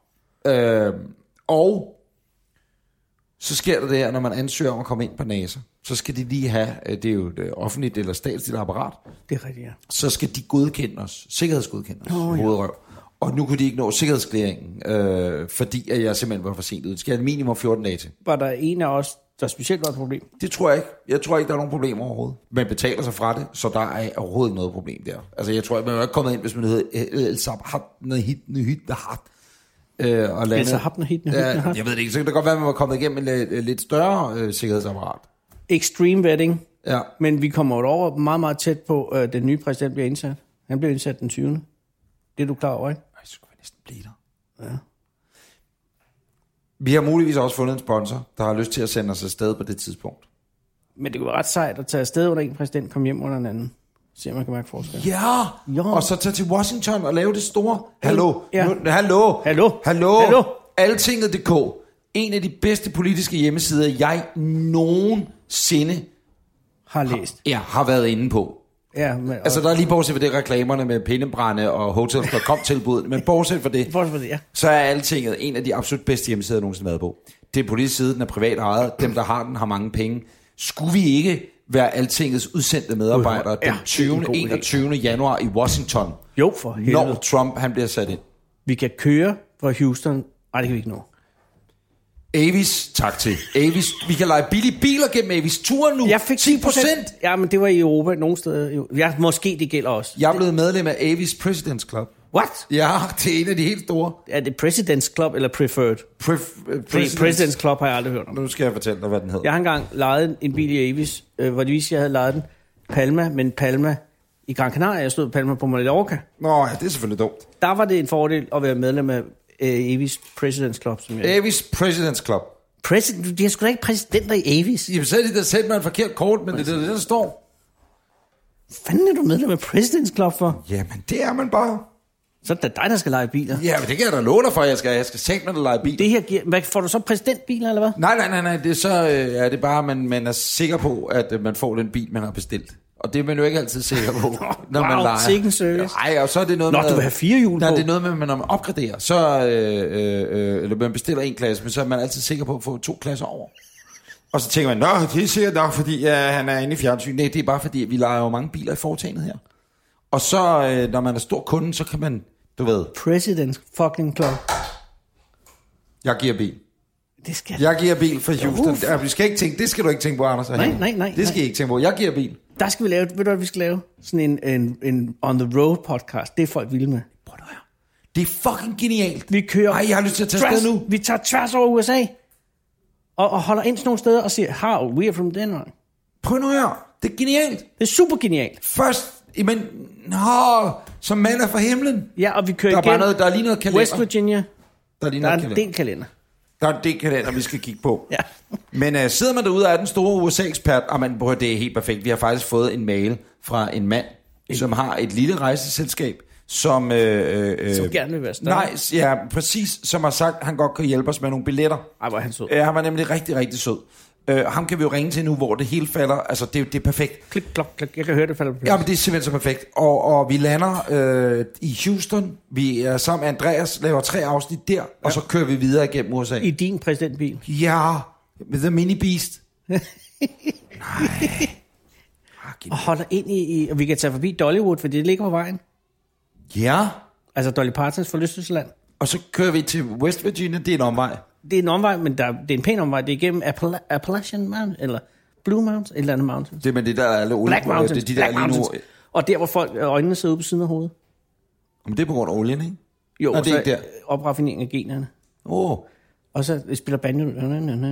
Og så sker der det her, når man ansøger om at komme ind på NASA, så skal de lige have, det er jo et offentligt eller statsligt apparat. Det er rigtigt, ja. Så skal de godkende os, sikkerhedsgodkende os, hovedrøv. Og nu kunne de ikke nå sikkerhedsklæringen, fordi at jeg simpelthen var for sent ud. Det skal have minimum 14 dage til. Var der en af os, der specielt var et problem? Det tror jeg ikke. Jeg tror ikke, der er nogen problemer overhovedet. Man betaler sig fra det, så der er overhovedet ikke noget problem der. Altså jeg tror, man er ikke kommet ind, hvis man hedder El Sabhat Nahit. Jeg ved det ikke, så kan det godt være, at man var kommet igennem en lidt større sikkerhedsapparat. Extreme vetting. Ja. Men vi kommer over meget, meget tæt på, at den nye præsident bliver indsat. Han bliver indsat den 20. Det er du klar over, ikke? Nej, så skulle vi næsten blive der. Ja. Vi har muligvis også fundet en sponsor, der har lyst til at sende os afsted på det tidspunkt. Men det kunne være ret sejt at tage afsted under en præsident, komme hjem under en anden. Se om man kan mærke forskel. Ja, og så tage til Washington og lave det store. Hallo. Altinget.dk. En af de bedste politiske hjemmesider, jeg nogensinde har læst. Har været inde på. Ja, men, altså der er lige bortset for det reklamerne med pindebrænde og hotels.com-tilbud, men bortset for det, så er Altinget en af de absolut bedste hjemmesider, jeg nogensinde har været på. Det er politisk side, den er privat ejet, dem der har den har mange penge. Skulle vi ikke være Altingets udsendte medarbejdere den 21. januar i Washington? Jo, for helvede. Når Trump han bliver sat ind. Vi kan køre fra Houston. Nej, det kan vi ikke nå. Avis, tak til Avis. Vi kan lege billige biler gennem Avis. Turen nu. Jeg fik 10%. Ja, men det var i Europa nogle steder. Ja, måske det gælder også. Jeg er blevet medlem af Avis President's Club. What? Ja, det er en af de helt store. Er det President's Club eller Preferred? President's Club har jeg aldrig hørt om. Nu skal jeg fortælle dig, hvad den hedder. Jeg har engang lejet en bil i Avis, hvor det viste, jeg havde lejet den. Palma i Gran Canaria. Jeg stod Palma på Mallorca. Nå, ja, det er selvfølgelig dumt. Der var det en fordel at være medlem af Avis President's Club. Avis President's Club. De har sgu da ikke præsidenter i Avis. Jamen, så er det der sendt mig en forkert kort, men det er det, der står. Fanden er du medlem af President's Club for? Jamen, det er man bare. Så er det dig, der skal lege biler. Ja, men det kan jeg da love dig for, jeg skal sætte mig, der lege biler. Det her får du så præsidentbiler, eller hvad? Nej, det er så, det er bare, man er sikker på, at man får den bil, man har bestilt. Og det er man jo ikke altid sikker på, når man leger. Sikken service. Nej, og så er det noget med... Nå, du vil have 4 hjul på. Nej, det er noget med, når man opgraderer, så eller man bestiller en klasse, men så er man altid sikker på at få 2 klasser over. Og så tænker man, nå, det er sikkert nok, fordi han er inde i fjernsyn. Nej, det er bare fordi, vi leger jo mange biler i foretagendet her. Og så, når man er stor kunde, så kan man, du ved... President fucking Club. Jeg giver bil. Det skal jeg giver bil for Houston. Vi skal ikke tænke, det skal du ikke tænke på, Anders. Nej. Det skal I ikke tænke på. Jeg giver bil. Der skal vi lave, ved du hvad vi skal lave? Sådan en on the road podcast. Det er folk vilde med. Prøv at høre. Det er fucking genialt. Vi kører... Ej, jeg har lyst til at tage afsted nu. Vi tager tværs over USA. Og holder ind sådan nogle steder og siger, how, we are from Denmark. Prøv nu at høre. Det er genialt. Det er super genialt. Først, men... som mand er fra himlen. Ja, og vi kører der er igen. Der er lige noget kalender. West Virginia. Der er en del kalender. Der er en del kalender, vi skal kigge på. Ja. Men sidder man derude og er den store USA-ekspert, og man prøver, det er helt perfekt. Vi har faktisk fået en mail fra en mand, som har et lille rejseselskab, som gerne vil være større. Nej, ja, præcis, som har sagt, at han godt kan hjælpe os med nogle billetter. Ej, hvor er han sød. Han var nemlig rigtig, rigtig sød. Ham kan vi jo ringe til nu, hvor det hele falder. Altså, det er perfekt. Klik, klok, klok. Jeg kan høre, det falder på plads. Ja, men det er simpelthen så perfekt. Og vi lander i Houston. Vi er sammen med Andreas, laver 3 afsnit der, og så kører vi videre igennem USA. I din præsidentbil? Ja, med The Mini Beast. Nej. Og holder ind i... Og vi kan tage forbi Dollywood, for det ligger på vejen. Ja. Altså Dolly Partons forlystelsesland. Og så kører vi til West Virginia, det er en omvej. Det er en omvej, men det er en pæn omvej. Det er igennem Appalachian Mountain, eller Blue Mountains, eller andet mountains. Det er med det der alle olie. Black Mountains. Det er de der lige nu. Og der, hvor folk øjnene sidder ude på siden af hovedet. Men det er på grund af olien, ikke? Jo, og så opraffinering af generne. Og så spiller banjo. What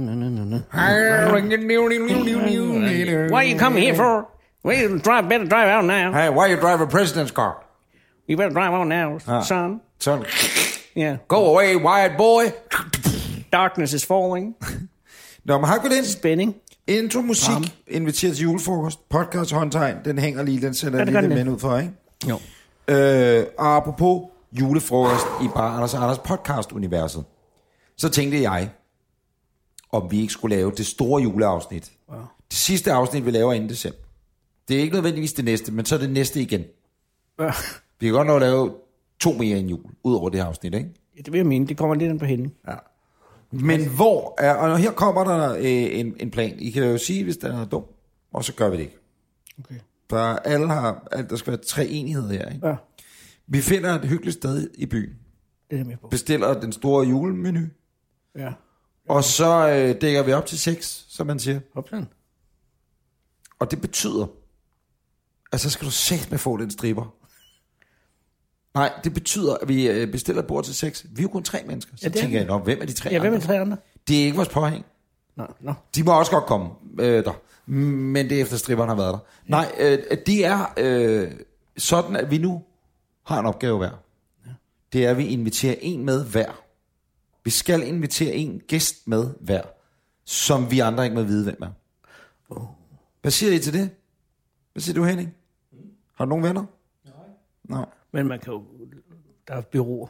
are you coming here for? Why you better drive out now? Hey, why you drive a president's car? You better drive out now, son. Son. Yeah. Go away, Wyatt boy. Darkness is falling. Nå, men har gået ind. Spænding. Intro musik, inviteret til julefrokost, podcast håndtegn, den hænger lige, den sætter lige lidt ud for, ikke? Jo. Og apropos julefrokost i bare Anders podcast-universet, så tænkte jeg, om vi ikke skulle lave det store juleafsnit. Wow. Det sidste afsnit, vi laver inden december. Det er ikke nødvendigvis det næste, men så er det næste igen. Vi kan godt nå at lave 2 mere end jul, ud over det her afsnit, ikke? Ja, det vil jeg mene. Det kommer lidt ind på hende. Ja. Men hvor er... Og her kommer der en plan. I kan jo sige, hvis den er dum, og så gør vi det ikke. Okay. For der skal være 3 enigheder her, ikke? Ja. Vi finder et hyggeligt sted i byen. Det er med på. Bestiller den store julemenu. Ja. Og så dækker vi op til 6, som man siger. Hopsan. Og det betyder, at så skal du sætte med få den stripper. Nej, det betyder, at vi bestiller et bord til 6. Vi er jo kun 3 mennesker. Så tænker jeg, hvem er de 3 andre? Ja, hvem er de 3 andre? Det er ikke vores påhæng. Nå. De må også godt komme der. Men det er efter stripperen har været der. Ja. Nej, det er sådan, at vi nu har en opgave hver. Ja. Det er, at vi inviterer en med hver. Vi skal invitere en gæst med hver, som vi andre ikke må vide, hvem er. Hvad siger I til det? Hvad siger du, Henning? Har du nogen venner? Nej. Men man kan jo... Der er bureauer.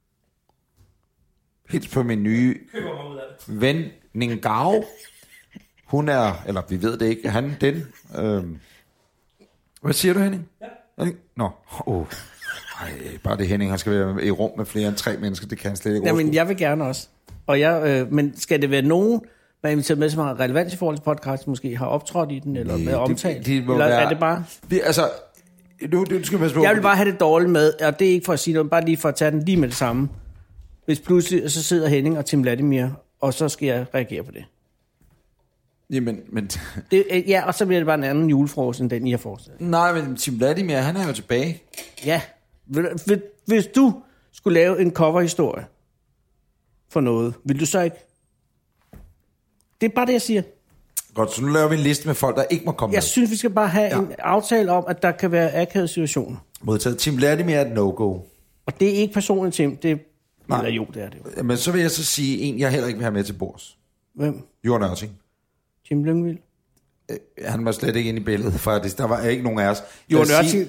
Hils på min nye ven, Ningao. Hun er... Eller vi ved det ikke. Han, den... Hvad siger du, Henning? Ja. Nå. Bare det Henning, han skal være i rum med flere end 3 mennesker. Det kan han slet ikke overskue. Men jeg vil gerne også. Og men skal det være nogen... Man inviterer med, som har relevans i forhold til podcast, måske har optrådt i den, eller været omtalt? Eller er det bare... Altså... Du skal passe på. Jeg vil bare have det dårligt med, og det er ikke for at sige noget, bare lige for at tage den lige med det samme. Hvis pludselig så sidder Henning og Tim Vladimir, og så skal jeg reagere på det. Jamen, men... Ja, og så bliver det bare en anden julefrokost, end den I har forestillet. Nej, men Tim Vladimir, han er jo tilbage. Ja. Hvis du skulle lave en coverhistorie for noget, vil du så ikke... Det er bare det, jeg siger. Godt, så nu laver vi en liste med folk, der ikke må komme med. Jeg synes, vi skal bare have en aftale om, at der kan være akavede situationer. Modtaget. Tim Vladimir er et no-go. Og det er ikke personligt, Tim. Det er... Eller jo, det er det jo. Men så vil jeg så sige en, jeg heller ikke vil have med til bords. Hvem? Jørgen Ørting. Tim Lyngvild. Han var slet ikke inde i billedet, faktisk. Der var ikke nogen af os. Jørgen Ørting.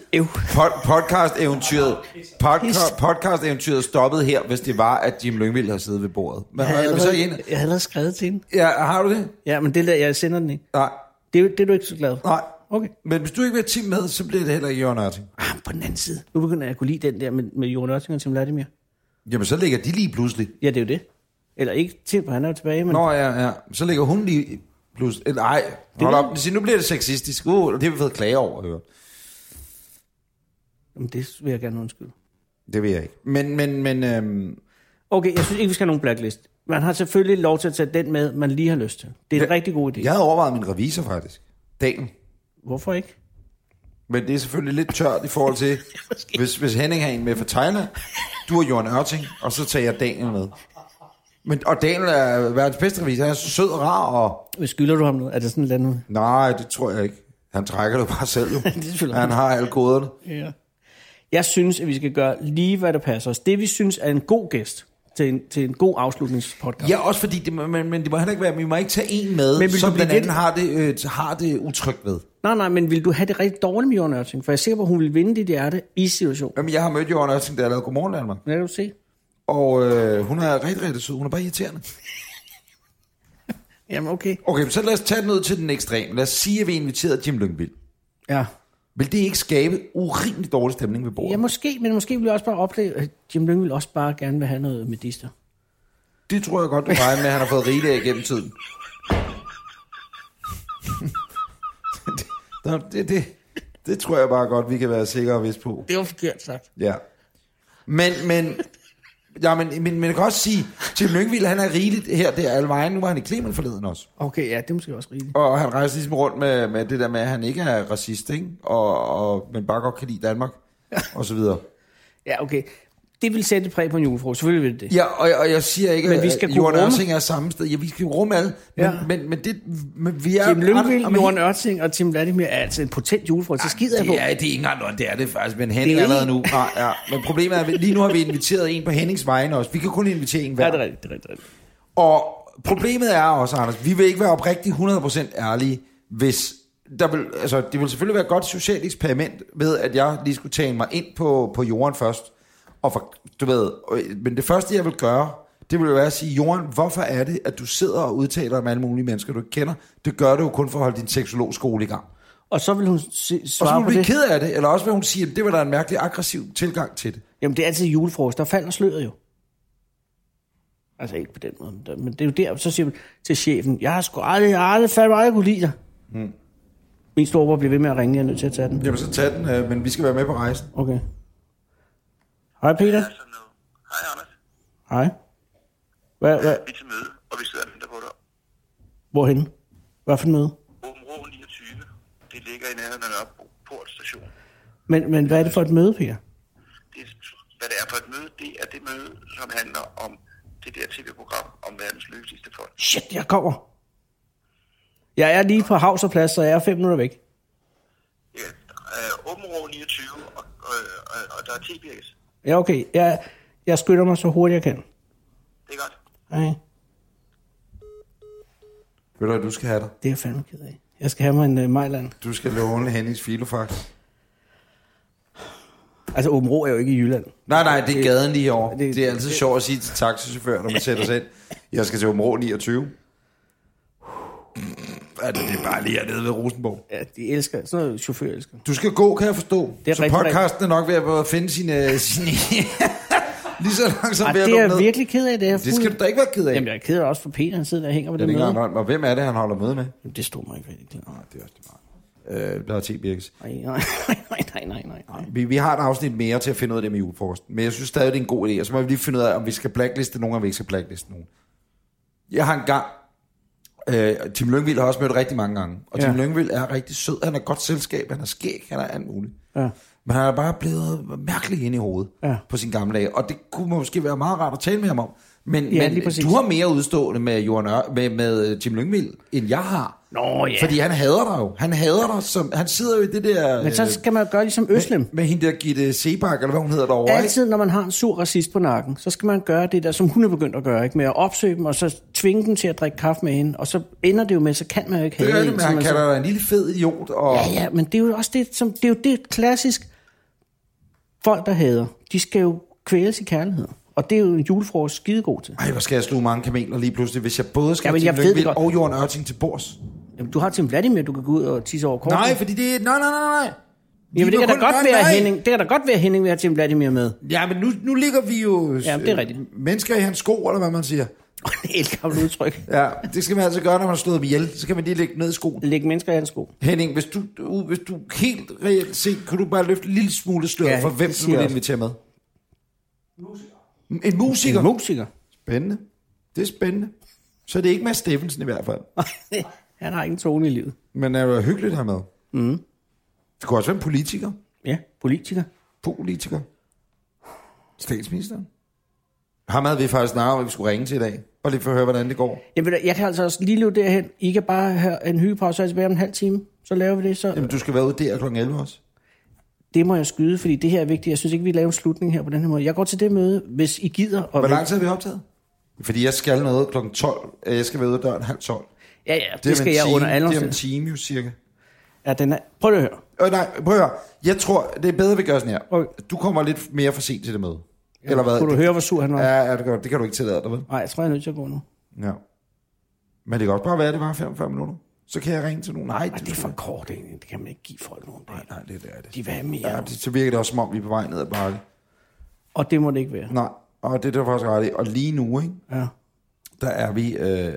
Podcast-eventyret stoppede her, hvis det var, at Jim Lyngvild havde siddet ved bordet. Men jeg havde allerede skrevet til hende. Ja, har du det? Ja, men det der, jeg sender den ikke. Nej. Det er du ikke så glad for. Nej. okay. Men hvis du ikke vil have Tim med, så bliver det heller ikke Jørgen Ørting. På den anden side. Nu begynder jeg at kunne lide den der med Jørgen Ørting og Tim Vladimir. Jamen, så ligger de lige pludselig. Ja, det er jo det. Eller ikke Tim, han er jo tilbage, men... Nå, ja. Så ligger hun lige pludselig... Nej, hold op. Nu bliver det sexistisk. Det har vi fået klage over, høre. Jamen, det vil jeg gerne undskylde. Det vil jeg ikke. Men Okay, jeg synes ikke, vi skal have nogen blacklist. Man har selvfølgelig lov til at tage den med, man lige har lyst til. Det er en rigtig god idé. Jeg havde overvejet min revisor, faktisk. Daniel. Hvorfor ikke? Men det er selvfølgelig lidt tørt i forhold til, hvis Henning har en med fra Thailand, du er Jørgen Ørting, og så tager jeg Daniel med. Og Daniel er verdens bedste revisor. Han er så sød og rar. Og... Hvad skylder du ham noget? Er det sådan et eller andet? Nej, det tror jeg ikke. Han trækker det bare selv, jo. Han har alle koderne. Ja. Jeg synes, at vi skal gøre lige, hvad der passer os. Det, vi synes er en god gæst til en god afslutningspodcast. Ja, også fordi, men det må heller ikke være, vi må ikke tage en med, som den anden har det utrygt ved. Nej, men vil du have det rigtig dårligt med Jørgen Ørting? For jeg ser, hvor hun vil vinde dit hjerte i situationen. Jamen, jeg har mødt Jørgen Ørting, da jeg lavede Godmorgen Danmark. Lad du se. Og hun er rigtig, rigtig sød. Hun er bare irriterende. Jamen, okay. Okay, så lad os tage den ud til den ekstreme. Lad os sige, at vi inviterede Jim Lyngvild. Ja. Vil det ikke skabe urimelig dårlig stemning ved bordet? Ja, måske, men måske vil jeg også bare opleve, at Jim Lyngvild også bare gerne vil have noget medister. Det tror jeg godt, du regner med, at han har fået rigeligt af gennem tiden. Det tror jeg bare godt, vi kan være sikre og vist på. Det var forkert sagt. Ja. Men jeg kan også sige, Tim Lyngvild, han er rigeligt her, det er alle vejen. Nu var han i Clement forleden også. Okay, ja, det er måske også rigeligt. Og han rejser ligesom rundt med det der med, at han ikke er racist, ikke? Men bare godt kan lide Danmark, og så videre. Ja, okay. Det vil sætte præg på en julefrokost. Selvfølgelig vil det. Ja, og jeg siger ikke, at Jørgen Ørting er samme sted. Ja, vi skal rumme alle. Men vi er... Tim Lyngvild, Jørgen Ørting og Tim Vladimir er altså en potent julefrokost. Det skider jeg på. Ja, det er ikke engang, det er det faktisk. Men Henning er allerede nu. Ja. Men problemet er, at lige nu har vi inviteret en på Hennings vegne også. Vi kan kun invitere en hver. Ja, det er rigtigt. Og problemet er også, Anders, vi vil ikke være oprigtigt 100% ærlige, hvis... det vil selvfølgelig være et godt socialt eksperiment ved, at jeg lige skulle tage mig ind på jorden først. Men det første, jeg vil gøre, det vil være at sige, Jorden, hvorfor er det, at du sidder og udtaler om alle mulige mennesker, du ikke kender? Det gør du jo kun for at holde din seksologskole i gang. Og så vil hun svare på det. Og så vil hun blive ked af det, eller også vil hun sige, at det var da en mærkelig aggressiv tilgang til det. Jamen, det er altid julefrokost. Der falder sløret jo. Altså ikke på den måde, men det er jo der, så siger man til chefen, jeg har sgu aldrig fandme aldrig kunne lide dig. Min storebror bliver ved med at ringe, jeg er nødt til at tage den. Jamen, så tag den, men vi skal være med på rejsen. Okay. Hej Peter. Hej Anders. Hej. Hvad? Vi er til møde, og vi sidder og venter på dig. Hvorhenne? Hvad for et møde? Åben Rå 29. Det ligger i nærheden af Nørrebro Port Station. Men hvad er det for et møde, Peter? Hvad det er for et møde, det er det møde, som handler om det der tv-program om verdens lykkeligste folk. Shit, jeg kommer. Jeg er lige på Havserplads, så jeg er 5 minutter væk. Ja, Åben Rå 29, og der er T-Birkes. Ja, okay. Jeg skynder mig så hurtigt jeg kan. Det er godt. Hej. Ved du, hvad du skal have dig? Det er jeg fandme ked af. Jeg skal have mig en Mejland. Du skal låne Hennings Filofax. Altså, Åben Rå er jo ikke i Jylland. Nej, det er gaden lige over. Det er altid sjovt at sige til taxichauffør, når man sætter sig ind. Jeg skal til Åben Rå 29. Det er bare lige hernede ved Rosenborg. Ja, de elsker. Sådan noget chauffør elsker. Du skal gå, kan jeg forstå. Det er så podcasten er nok ved at finde sine lige så langsomt ved at det er jeg virkelig ked af. Det skal du da ikke være ked af. Jamen, jeg er ked af også for Peter, han sidder der og hænger på det møde. Og hvem er det, han holder møde med? Jamen, det stod mig ikke rigtig klart. Nej, det er også det meget. Der er T-Birkes. Nej. Vi har et afsnit mere til at finde ud af det med julefrokosten. Men jeg synes stadig, det er en god idé. Og så må vi lige finde ud af, om vi skal blackliste nogen, og vi ikke skal blackliste nogen. Jeg har engang... Tim Lyngvild har også mødt rigtig mange gange. Og Tim Lyngvild er rigtig sød. Han er godt selskab. Han er skæg. Han er alt muligt. Ja. Men han er bare blevet mærkelig inde i hovedet på sin gamle dage. Og det kunne måske være meget rart at tale med ham om. Men du har mere udstående med Tim Lyngvild, end jeg har. Nå ja. Fordi han hader dig jo. Han hader dig, som han sidder jo i det der... Men så skal man gøre ligesom Øslem. Med hende der Gitte Sebak, eller hvad hun hedder derovre. Altid, når man har en sur racist på nakken, så skal man gøre det der, som hun er begyndt at gøre, ikke? Med at opsøge dem, og så tvinge dem til at drikke kaffe med hende. Og så ender det jo med, så kan man jo ikke have det. Men han kalder dig en lille fed idiot. Og... Ja, men det er jo også det er jo det klassisk folk, der hader. De skal jo kvæles i kærlighed. Og det er jo en julefrokost skidegod til. Ej, hvor skal jeg slå mange kameler lige pludselig, hvis jeg både skal til Lyngvild og Jørgen Ørting til bords. Jamen, du har Tim Vladimir, du kan gå ud og tisse over kortet. Nej, fordi det er... Nej. Jamen, det kan da godt være, Henning vil have Tim Vladimir med. Ja, men nu ligger vi jo... Ja, det er rigtigt. Mennesker i hans sko, eller hvad man siger. Det er et gammelt udtryk. Ja, det skal man altså gøre, når man har slået dem ihjel. Så kan man lige lægge ned i skoen. Lægge mennesker i hans sko. Henning, hvis du helt reelt set, kan du bare løfte en lille smule slør for hvem du vil invitere med? En musiker? En musiker. Spændende. Det er spændende. Så er det ikke Mads Steffensen i hvert fald. Han har ingen tone i livet. Men er jo hyggeligt her med. Mm. Det kunne også være en politiker. Ja, politiker. Statsministeren. Ham havde vi faktisk snart, at vi skulle ringe til i dag. Og lige for at høre, hvordan det går. Jeg kan altså også lige løbe derhen. I kan bare have en hyggepause, og tilbage om en halv time. Så laver vi det. Så... Jamen, du skal være ude der kl. 11 også. Det må jeg skyde, fordi det her er vigtigt. Jeg synes ikke, vi laver en slutning her på den her måde. Jeg går til det møde, hvis I gider. Og hvor lang tid har vi optaget? Fordi jeg skal noget kl. 12. Jeg skal være ude af døren 11:30. Ja, det skal jeg under alle. Det er en time jo cirka. Ja, den er... Prøv at høre. Nej, prøv at høre. Jeg tror, det er bedre, vi gør sådan her. Okay. Du kommer lidt mere for sent til det møde. Ja, eller hvad? Kunne du høre, hvor sur han var? Ja, det kan du ikke tillade dig, vel? Nej, jeg tror, jeg er nødt til at gå nu. Ja. Men det kan også bare være, at det var 45 minutter. Så kan jeg ringe til nogen. Nej, det er for kort, egentlig. Det kan man ikke give folk nogen. Nej, det er det. De vil have mere. Ja, så virker det også, som om vi er på vej ned ad bakke. Og det må det ikke være. Nej, og det er faktisk ret i. Og lige nu, ikke? Ja. Der er vi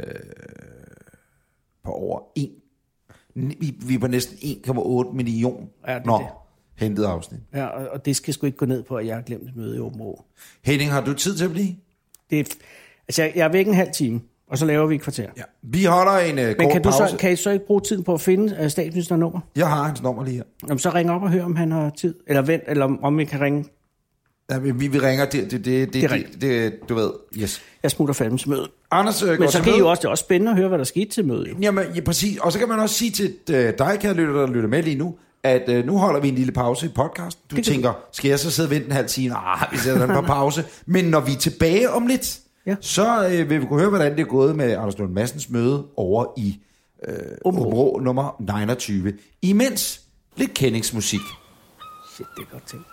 på over 1. Vi er på næsten 1,8 million. Ja, det er det. Hentet afsnit. Ja, og det skal sgu ikke gå ned på, at jeg har glemt et møde i Åben Rå. Henning, har du tid til at blive? Jeg er væk en halv time, og så laver vi et kvarter. Ja. Vi holder en kort pause. Kan I så ikke bruge tiden på at finde statsministerens nummer? Jeg har hans nummer lige her. Jamen, så ring op og hør, om han har tid. Eller vent, eller om vi kan ringe. Ja, vi ringer. Det du ved. Yes. Jeg smutter fandme til mødet. Anders, men så kan I jo også, det er også spændende at høre, hvad der skete til mødet. Jo. Jamen, ja, præcis. Og så kan man også sige til dig, kære lytter, der lytter med lige nu, at nu holder vi en lille pause i podcasten. Du tænker, skal jeg så sidde og vente en halv time? Vi sætter den på pause. Men når vi er tilbage om lidt, så vil vi kunne høre, hvordan det er gået med Anders Lund Madsens møde over i Åbenrå nummer 29. Imens lidt kendingsmusik. Shit, det er godt tænkt.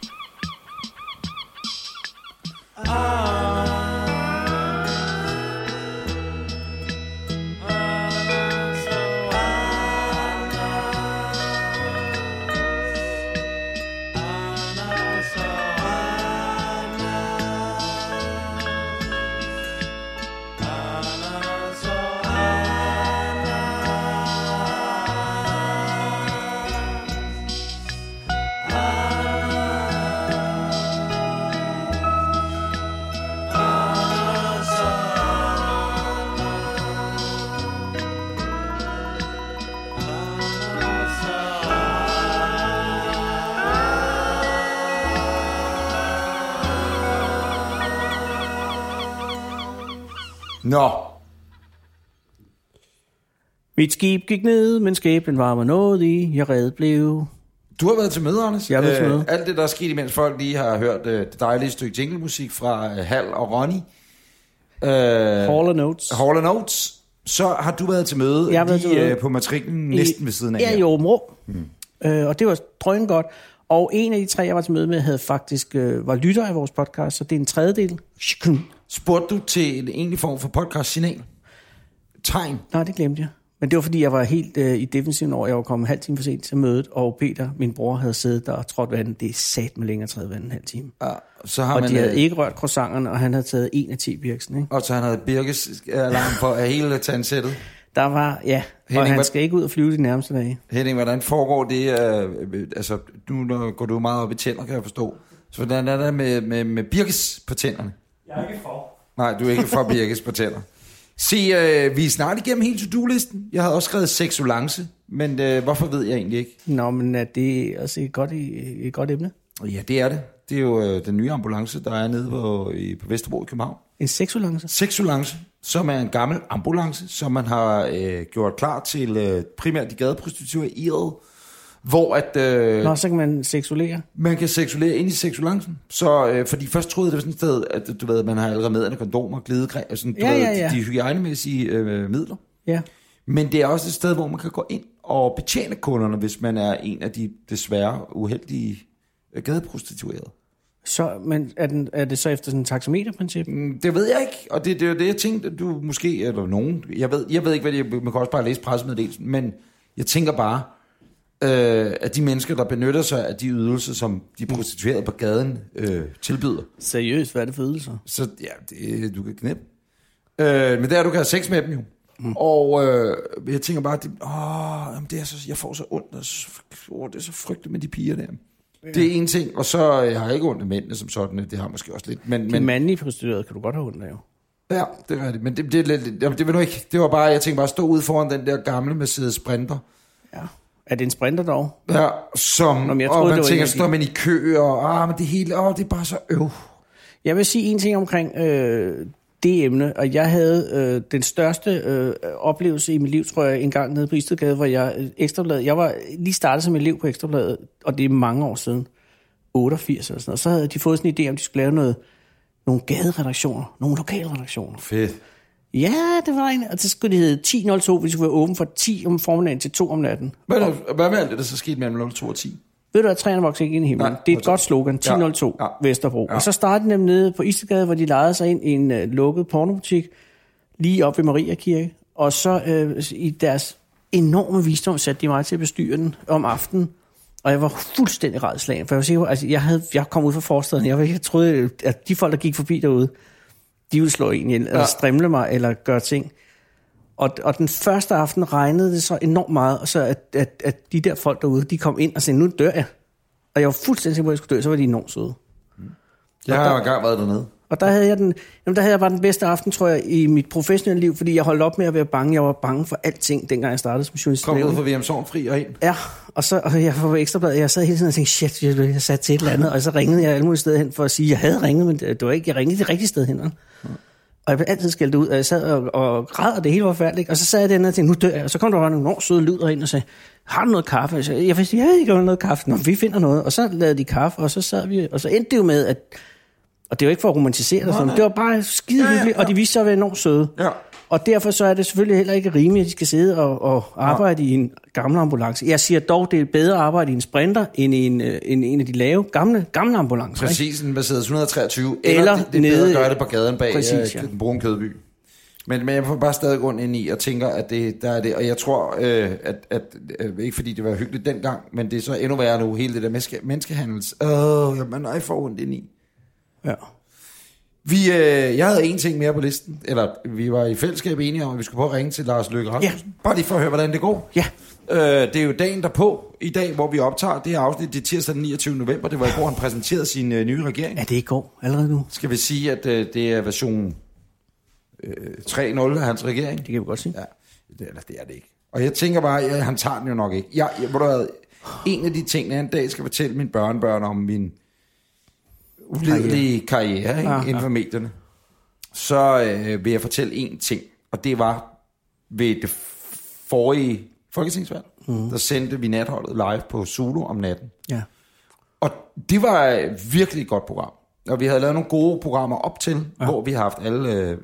Nå. Mit skib gik ned, men skæbnen var mig nået i. Jeg reddet blev. Du har været til møde, Anders. Jeg har været til møde. Alt det, der er sket, imens folk lige har hørt det dejlige stykke jinglemusik fra Hal og Ronny. Hall of Notes. Så har du været til møde lige på matriklen næsten ved siden af. Ja, i Åbenrå. Og det var drøn godt. Og en af de tre, jeg var til møde med, havde faktisk var lytter af vores podcast, så det er en tredjedel. Spurgte du til en egentlig form for podcast-signal? Tegn? Nej, det glemte jeg. Men det var, fordi jeg var helt i defensiven over, jeg var kommet en halv time for sent til mødet, og Peter, min bror, havde siddet der og trådt vandet. Det er sat med længere træde vand en halv time. Ja, så har og man, de havde ikke rørt croissanterne, og han havde taget 1 af 10 birksen, ikke? Og så han havde birkesalarm for hele tandsættet. Der var, ja, Henning, og han skal ikke ud og flyve de nærmeste dage. Henning, hvordan foregår det? Altså, nu går du meget op i tænder, kan jeg forstå. Så hvordan er det med birkes på tænderne? Jeg er ikke for. Nej, du er ikke for birkes på tænder. Se, vi er snart igennem hele to-do-listen. Jeg havde også skrevet seksolance, men hvorfor ved jeg egentlig ikke. Nå, men er det også et godt emne? Ja, det er det. Det er jo den nye ambulance, der er nede på Vesterbro i København. En seksolance? Seksolance, som er en gammel ambulance, som man har gjort klar til primært de gadeprostituerede, hvor at... Nå, så kan man seksolere? Man kan seksolere ind i seksolancen. Så, fordi først troede jeg, det var sådan et sted, at du ved, man har allerede med kondomer, glidecreme, sådan, de hygiejnemæssige midler. Ja. Men det er også et sted, hvor man kan gå ind og betjene kunderne, hvis man er en af de desværre uheldige gadeprostituerede. Men er det så efter sådan en taxameterprincip? Det ved jeg ikke, og det er jo det, jeg tænkte, du måske, eller nogen, jeg ved ikke, hvad det er, man kan også bare læse pressemeddelelsen, men jeg tænker bare, at de mennesker, der benytter sig af de ydelser, som de prostituerede på gaden tilbyder. Seriøst, hvad er det for ydelser? Så ja, du kan knippe. Men det er, du kan have sex med dem jo. Og jeg tænker bare, det er så, jeg får så ondt, og det er så frygteligt med de piger der. Ja. Det er en ting, og så jeg har ikke ondt af mændene som sådan, det har måske også lidt. Men mandlige prostituerede kan du godt have ondt af jo. Ja, det er det. Men det er lidt, det vil nu ikke. Det var bare, jeg tænkte bare at stå ude foran den der gamle Mercedes Sprinter. Ja. Er det en Sprinter dog? Ja, som, og man tænker, står man i kø, og men det hele, det er bare så Jeg vil sige en ting omkring det emne, og jeg havde den største oplevelse i mit liv, tror jeg, en gang nede på Istedgade, hvor jeg var lige startet som elev på Ekstrabladet, og det er mange år siden, 88 eller sådan noget. Så havde de fået sådan en idé, om de skulle lave nogle gaderedaktioner, nogle lokale redaktioner. Fedt. Ja, det var en, og så skulle det hedde 10.02, hvis vi skulle være åben fra 10 om formiddagen til 2 om natten. Hvad med alt det, der så skete mellem 02 og 10? Ved du, at træerne vokser ikke ind i himlen? Nej, det er et godt slogan, 10.02 Vesterbro. Ja. Og så startede de nede på Istedgade, hvor de lejede sig ind i en lukket pornobutik, lige op ved Maria Kirke. Og så i deres enorme visdom satte de mig til at bestyre den om aftenen. Og jeg var fuldstændig rædslagen, for jeg var sikker, altså jeg kom ud fra forstaden, jeg troede, at de folk, der gik forbi derude, de ville slå en ihjel, eller strimle mig, eller gøre ting. Og den første aften regnede det så enormt meget, og så at de der folk derude, de kom ind og sagde, nu dør jeg. Og jeg var fuldstændig sikker på, at jeg skulle dø, så var de enormt søde. Jeg har jo engang været dernede. Og der havde jeg bare den bedste aften, tror jeg, i mit professionelle liv, fordi jeg holdt op med at være bange. Jeg var bange for alting, dengang jeg startede som journalist. Kom ud for VM Sorgenfri og ind. Ja, og jeg var på Ekstrabladet, jeg sad hele tiden og tænkte, shit, jeg sat til et eller andet, og så ringede jeg alle mulige steder hen for at sige, at jeg havde ringet, men det var ikke, jeg ringede det rigtige sted hen. Og jeg blev altid skældt ud, og jeg sad og græd, og det hele var færdigt. Og så sad jeg den og tænkte, nu dør jeg. Og så kom der bare nogle år søde lyder ind og sagde, har du noget kaffe? Og jeg vidste, jeg havde ikke noget kaffe. Nå, vi finder noget. Og så lavede de kaffe, og så sad vi, og så endte det jo med, at, og det var ikke for at romantisere det, sådan, det var bare skide hyggeligt, og de viste sig at være enormt søde. Ja. Og derfor så er det selvfølgelig heller ikke rimeligt, at de skal sidde og arbejde i en gammel ambulance. Jeg siger dog, det er bedre at arbejde i en Sprinter, end i en af de lave, gamle ambulancer. Præcis, en Mercedes 123, eller det er bedre at gøre det på gaden bag den brune Kødby. Men jeg får bare stadig rundt ind i og tænker, at der er det. Og jeg tror, at ikke fordi det var hyggeligt dengang, men det er så endnu værre nu, hele det der menneskehandels. Man får rundt ind i. Ja. Jeg havde en ting mere på listen, eller vi var i fællesskab enige om, at vi skulle prøve at ringe til Lars Løkke Rasmussen. Ja. Bare lige for at høre, hvordan det går. Ja. Det er jo dagen derpå, i dag, hvor vi optager det her afsnit, det er tirsdag den 29. november, det var i går, han præsenterede sin nye regering. Ja, det er i går, allerede nu. Skal vi sige, at det er version 3.0 af hans regering? Det kan vi godt sige. Ja, det er det ikke. Og jeg tænker bare, han tager den jo nok ikke. En af de ting, jeg en dag skal fortælle mine børnebørn om min ulidelige karriere inden for medierne, så vil jeg fortælle en ting, og det var ved det forrige folketingsvalg, der sendte vi natholdet live på Zulu om natten. Ja. Og det var et virkelig et godt program. Og vi havde lavet nogle gode programmer op til, hvor vi har haft alle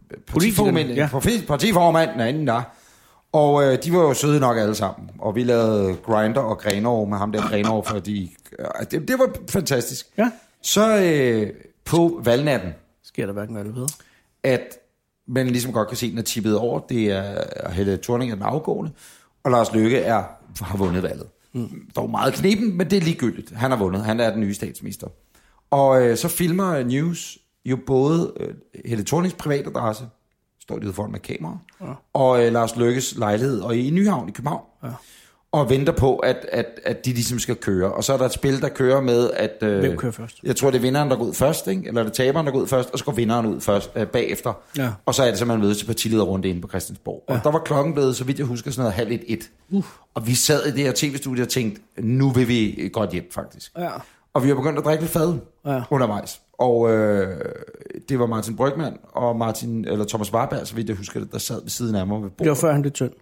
partiformanden derinde der. Og de var jo søde nok alle sammen. Og vi lavede Grindr og Grenov med ham der Grenov, fordi det var fantastisk. Ja. Så på valgnatten sker der hverken noget bedre, at man ligesom godt kan se, den er tippet over. Det er Helle Thorning er den afgående, og Lars Løkke har vundet valget. Dog meget knepen, men det er ligegyldigt. Han har vundet. Han er den nye statsminister. Og så filmer News jo både Helle Thornings privatadresse, står de ude foran med kamera, og Lars Løkkes lejlighed, og i Nyhavn i København. Ja. Og venter på, at de ligesom skal køre. Og så er der et spil, der kører med, at hvem kører først? Jeg tror, det er vinderen, der går ud først, ikke? Eller er det taberen, der går ud først, og så går vinderen ud først bagefter. Ja. Og så er det så, man mødes til partilederrunde inde på Christiansborg. Ja. Og der var klokken blevet, så vidt jeg husker, sådan noget 12:30. Og vi sad i det her tv-studie og tænkte, nu vil vi godt hjem, faktisk. Ja. Og vi har begyndt at drikke lidt fad undervejs. Og det var Martin Brygmann og Thomas Warberg, så vidt jeg husker det, der sad ved siden af mig ved bordet. Det var før han blev tynd.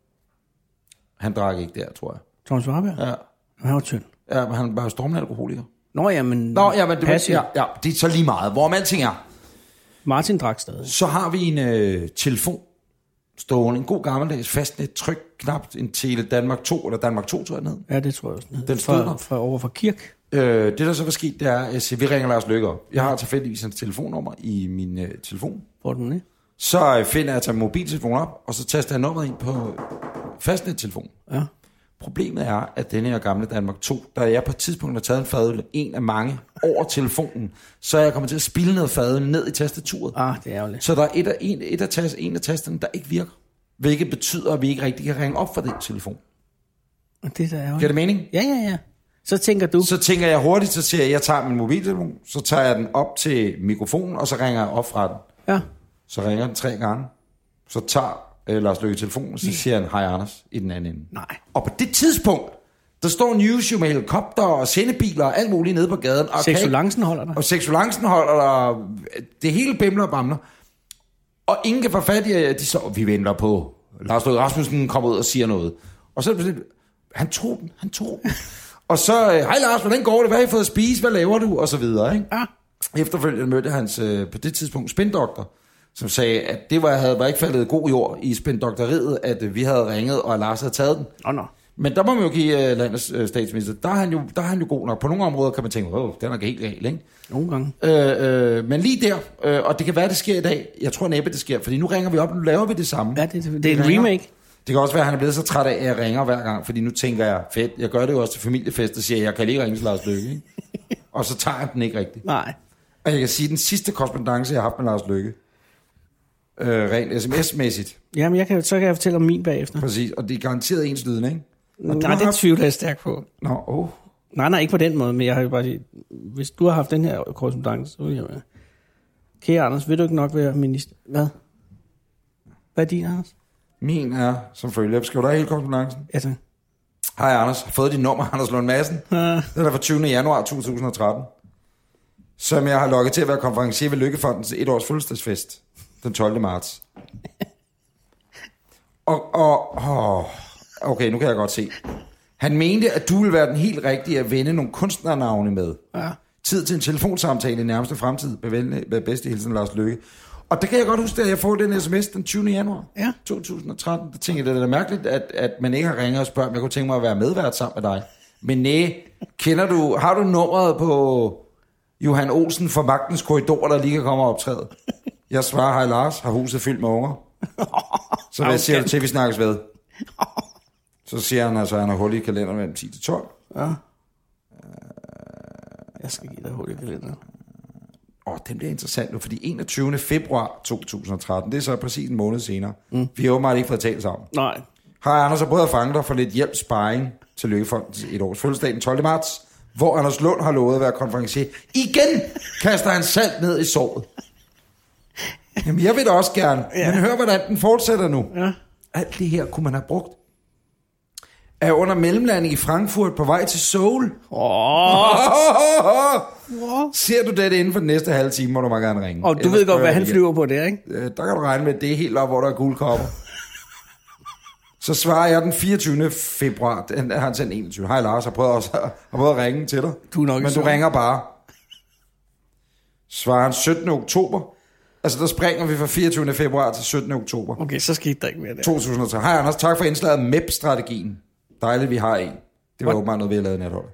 Han drak ikke der, tror jeg. Thomas Warberg? Ja. Han var tynd. Ja, men han var jo stormende alkoholiker. Nå, jamen det er så lige meget. Hvor alting er. Martin drak stadig. Så har vi en telefon, stående. En god gammeldags fastnet trykknap, en Tele Danmark 2, eller Danmark 2, tror jeg den hed. Ja, det tror jeg også. Den stod fra over for Kirk. Det, der så var sket, det er, at vi ringer Lars Løkke op. Jeg har tilfældigvis hans telefonnummer i min telefon. Hvor den er? Så finder jeg mobiltelefonen op, og så taster jeg nummeret ind på fastnet-telefon. Ja. Problemet er, at denne her gamle Danmark 2, der jeg på et tidspunkt har taget en fadøl, en af mange, over telefonen, så er jeg kommet til at spille noget fadøl ned i tastaturet. Det er ærgerligt. Så der er en af tasterne, der ikke virker. Hvilket betyder, at vi ikke rigtig kan ringe op for den telefon. Og det er ærgerligt. Giver det mening? Ja. Så tænker jeg hurtigt, så siger jeg tager min mobiltelefon, så tager jeg den op til mikrofonen, og så ringer jeg op fra den. Ja. Så ringer den 3 gange. Så tager Lars Løkke telefonen, og så siger han, hej Anders, i den anden ende. Nej. Og på det tidspunkt, der står News jo med helikopter og sendebiler og alt muligt nede på gaden. Og Seksulancen holder der. Og seksulancen holder der. Det hele bimler og bamler. Og ingen kan få fat i, at de så, vi venter på. Lars Løkke Rasmussen kommer ud og siger noget. Og så han tog den. Og så, hej Lars, hvordan går det? Hvad har I fået at spise? Hvad laver du? Og så videre, ikke? Ja. Efterfølgende mødte hans, på det tidspunkt, spindoktor, som sagde, at det var ikke faldet god jord i spindoktoriet, at vi havde ringet, og Lars havde taget den. Nå. Men der må man jo give landets statsminister, der er han jo god nok. På nogle områder kan man tænke, den er helt galt, ikke? Nogle gange. Men lige der, og det kan være, det sker i dag. Jeg tror næppe, det sker, fordi nu ringer vi op, og nu laver vi det samme. Ja, det er en remake. Det kan også være, at han er blevet så træt af, at jeg ringer hver gang, fordi nu tænker jeg, fedt, jeg gør det jo også til familiefest, og siger, jeg kan lige ringe til Lars Løkke, ikke? Og så tager han den ikke rigtigt. Nej. Og jeg kan sige, den sidste korrespondance, jeg har haft med Lars Løkke, rent sms-mæssigt. Jamen, så kan jeg fortælle om min bagefter. Præcis, og det er garanteret ens lyden, ikke? Nej, det tvivler jeg stærkt på. Nej, ikke på den måde, men jeg har jo bare sagt, hvis du har haft den her korrespondance, så vil jeg være. Kære Anders, vil du ikke nok være minister? Hvad? Hvad er din, Anders? Min er som følger. Skriver du hele korrespondancen? Ja, tak. Hej Anders, har fået dit nummer, Anders Lund Madsen. Den er fra 20. januar 2013. Som jeg har lukket til at være konferencier ved Lykkefondens 1-års fødselsdagsfest den 12. marts. Okay, nu kan jeg godt se. Han mente, at du ville være den helt rigtige at vende nogle kunstnernavne med. Ja. Tid til en telefonsamtale i nærmeste fremtid. Med bedste hilsen, Lars Løkke. Og det kan jeg godt huske, at jeg får den sms den 20. januar 2013. Der tænkte jeg, det er mærkeligt, at man ikke har ringet og spørget, om jeg kunne tænke mig at være medvært sammen med dig. Men nej, har du nummeret på Johan Olsen fra Magtens Korridor, der lige kan komme og optræde? Jeg svarer, hej Lars, har huset fyldt med unger? Så hvad siger du til, vi snakkes ved? Så siger han, altså, han har hul i kalenderen mellem 10 til 12. Ja. Jeg skal give dig hul i kalenderen. Den bliver interessant nu, fordi 21. februar 2013, det er så præcis en måned senere. Vi har åbenbart ikke fået talt sammen. Nej. Hej Anders, har prøvet at fange dig for lidt hjælp, sparring til Lykkefondens 1-års fødselsdag den 12. marts, hvor Anders Lund har lovet at være konferencier. Igen kaster han salt ned i såret. Jamen, jeg vil da også gerne. Ja. Men hør, hvordan den fortsætter nu. Ja. Alt det her kunne man have brugt. Er under mellemlanding i Frankfurt på vej til Seoul. Ser du det inden for den næste halve time, må du meget gerne ringe. Og du ved godt, hvad han flyver på der, ikke? Der kan du regne med, at det er helt op, hvor der er guldkopper. Så svarer jeg den 24. februar. Den har han sendt 21. Hej Lars, har prøvet at ringe til dig. Men du ringer bare. Svarer han 17. oktober. Altså, der springer vi fra 24. februar til 17. oktober. Okay, så skete der ikke mere der. 2003. Hej Anders, tak for indslaget MEP-strategien. Dejligt, vi har en. Det var åbenbart noget, vi har lavet i natholdet.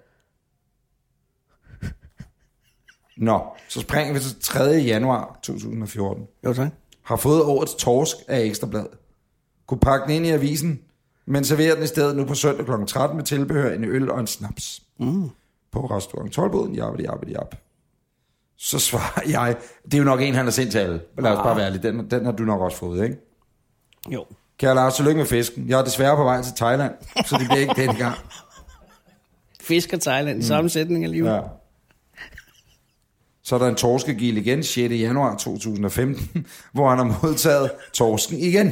Nå, så springer vi til 3. januar 2014. Jo, tak. Har fået årets torsk af Ekstrabladet. Kunne pakke den ind i avisen, men serverer den i stedet nu på søndag kl. 13 med tilbehør, en øl og en snaps. På restaurant Tolboden, jap. Så svarer jeg, det er jo nok en, han har sendt til alle. Lad os bare være ærlig, den har du nok også fået, ikke? Jo. Kære Lars, tillykke med fisken. Jeg er desværre på vej til Thailand, så det bliver ikke den gang. Fisk og Thailand i sammensætning alligevel. Ja. Så er der en torskegil igen, 6. januar 2015, hvor han har modtaget torsken igen.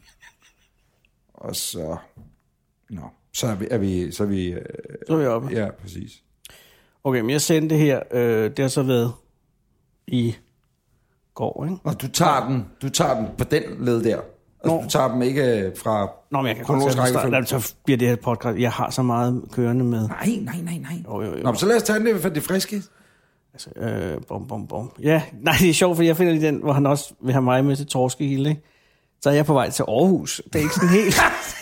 Og så... Så er vi oppe. Ja, præcis. Okay, men jeg sendte det her, det har så været i går, ikke? Og du tager den på den led der. Altså, du tager dem ikke fra... Nå, men jeg kan godt tage, så bliver det her podcast. Jeg har så meget kørende med. Nej. Jo. Nå, så lad os tage den for det friske. Altså, bom. Ja, nej, det er sjovt, for jeg finder lige den, hvor han også vil have mig med til torskehilde, ikke? så er jeg på vej til Aarhus. Det er ikke sådan helt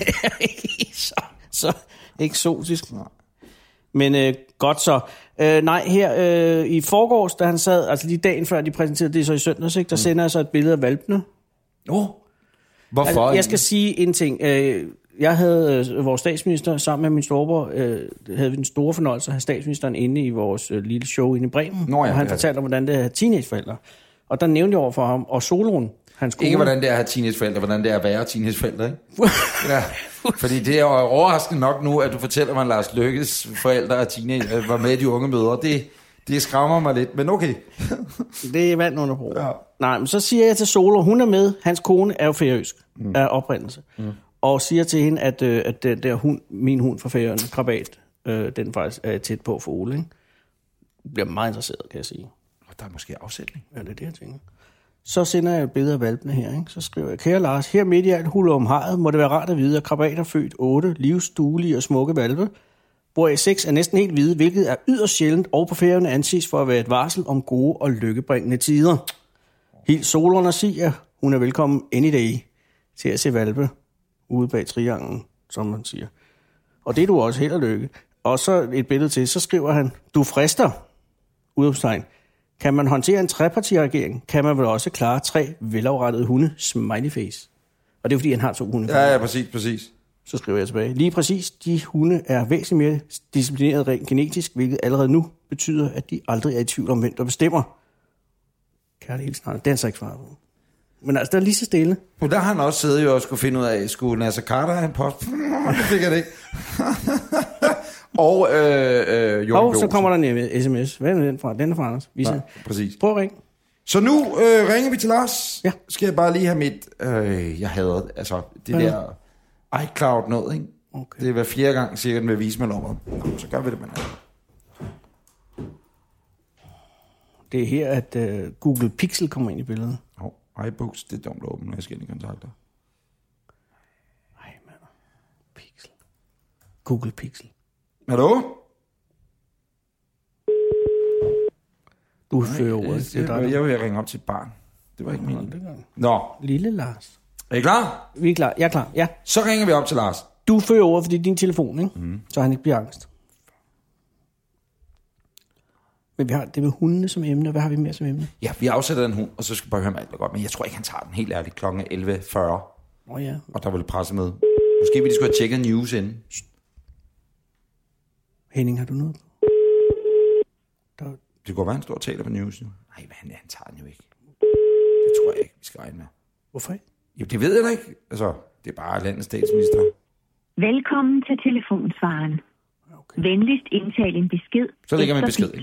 så eksotisk. Men godt så. Nej, her i forgårs, da han sad, altså lige dagen før de præsenterede det så i søndags, ikke, der sender jeg så et billede af hvalpene. Hvorfor? Altså, jeg skal sige en ting. Jeg havde vores statsminister sammen med min storebror, havde vi den store fornøjelse at have statsministeren inde i vores lille show inde i Bremen. Og han fortalte om, hvordan det er at have teenageforældre. Og der nævnte jeg over for ham, og Solon, hans kone... Ikke hvordan det er at have teenageforældre, hvordan det er at være teenageforældre, ikke? Ja, fordi det er overraskende nok nu, at du fortæller mig, at Lars Løkkes forældre og teenager var med i de unge mødre. Det skræmmer mig lidt, men okay. Det er vand under brug. Ja. Nej, men så siger jeg til Solo, hun er med, hans kone er jo færøsk af oprindelse. Og siger til hende, at den der hund, min hund fra Færøerne, Krabat, den faktisk er tæt på for Ole, ikke? Bliver meget interesseret, kan jeg sige. Og der er måske afsætning. Ja, det er det, jeg tænker. Så sender jeg et billede af hvalpene her, ikke? Så skriver jeg, kære Lars, her midt i alt huller om hajet, må det være rart at vide, at Krabat har født 8 livsduelige og smukke hvalpe, hvoraf 6 er næsten helt hvide, hvilket er yderst sjældent, og på Færøerne anses for at være et varsel om gode og lykkebringende tider. Helt Solon og siger, hun er velkommen any day til at se hvalpe ude bag trianglen, som man siger. Og det er du også, held og lykke. Og så et billede til, så skriver han, du frister, udopstegn. Kan man håndtere en trepartiregering, kan man vel også klare 3 velafrettede hunde, smiley face. Og det er fordi, han har 2 hunde. Ja, præcis. Så skriver jeg tilbage. Lige præcis, de hunde er væsentligt mere disciplineret rent genetisk, hvilket allerede nu betyder, at de aldrig er i tvivl om, hvem der bestemmer. Kærlig helt snart. Den er så ikke svaret på. Men altså, der er lige så stille. Men der har han også siddet og skulle finde ud af, skulle Nasser Carter have en post? Det fik jeg det ikke. Og så kommer der en sms. Hvad er den fra? Den er fra Anders. Ja, præcis. Prøv at ringe. Så nu ringer vi til Lars. Ja. Skal jeg bare lige have mit... jeg hader altså det der iCloud noget, ikke? Okay. Det er hver 4. gang, cirka den vil vise mig nummeret. Så gør vi det, man er. Det er her, at Google Pixel kommer ind i billedet. iBooks, det er dumt at åbne, når jeg skal ind i kontakter. Ej, mand. Pixel. Google Pixel. Hallo? Du fører ordet. Jeg vil ringe op til et barn. Det var ikke meningen. Nå. Lille Lars. Er I klar? Vi er klar. Jeg er klar, ja. Så ringer vi op til Lars. Du fører ordet, fordi din telefon, ikke? Så han ikke bliver angst. Men vi har det med hundene som emne. Hvad har vi mere som emne? Ja, vi afsætter en hund, og så skal vi bare høre med alt det godt. Men jeg tror ikke, han tager den helt ærligt klokken 11.40. Ja. Og der vil presse med. Måske vi skulle have tjekket news inden. Henning, har du noget? Det går være, han står og taler på news nu. Nej, men han tager den jo ikke. Det tror jeg ikke, vi skal regne med. Hvorfor ikke? Jo, det ved jeg da ikke. Altså, det er bare landets statsminister. Velkommen til telefonsvaren. Okay. Venligst indtale en besked. Så lægger man besked.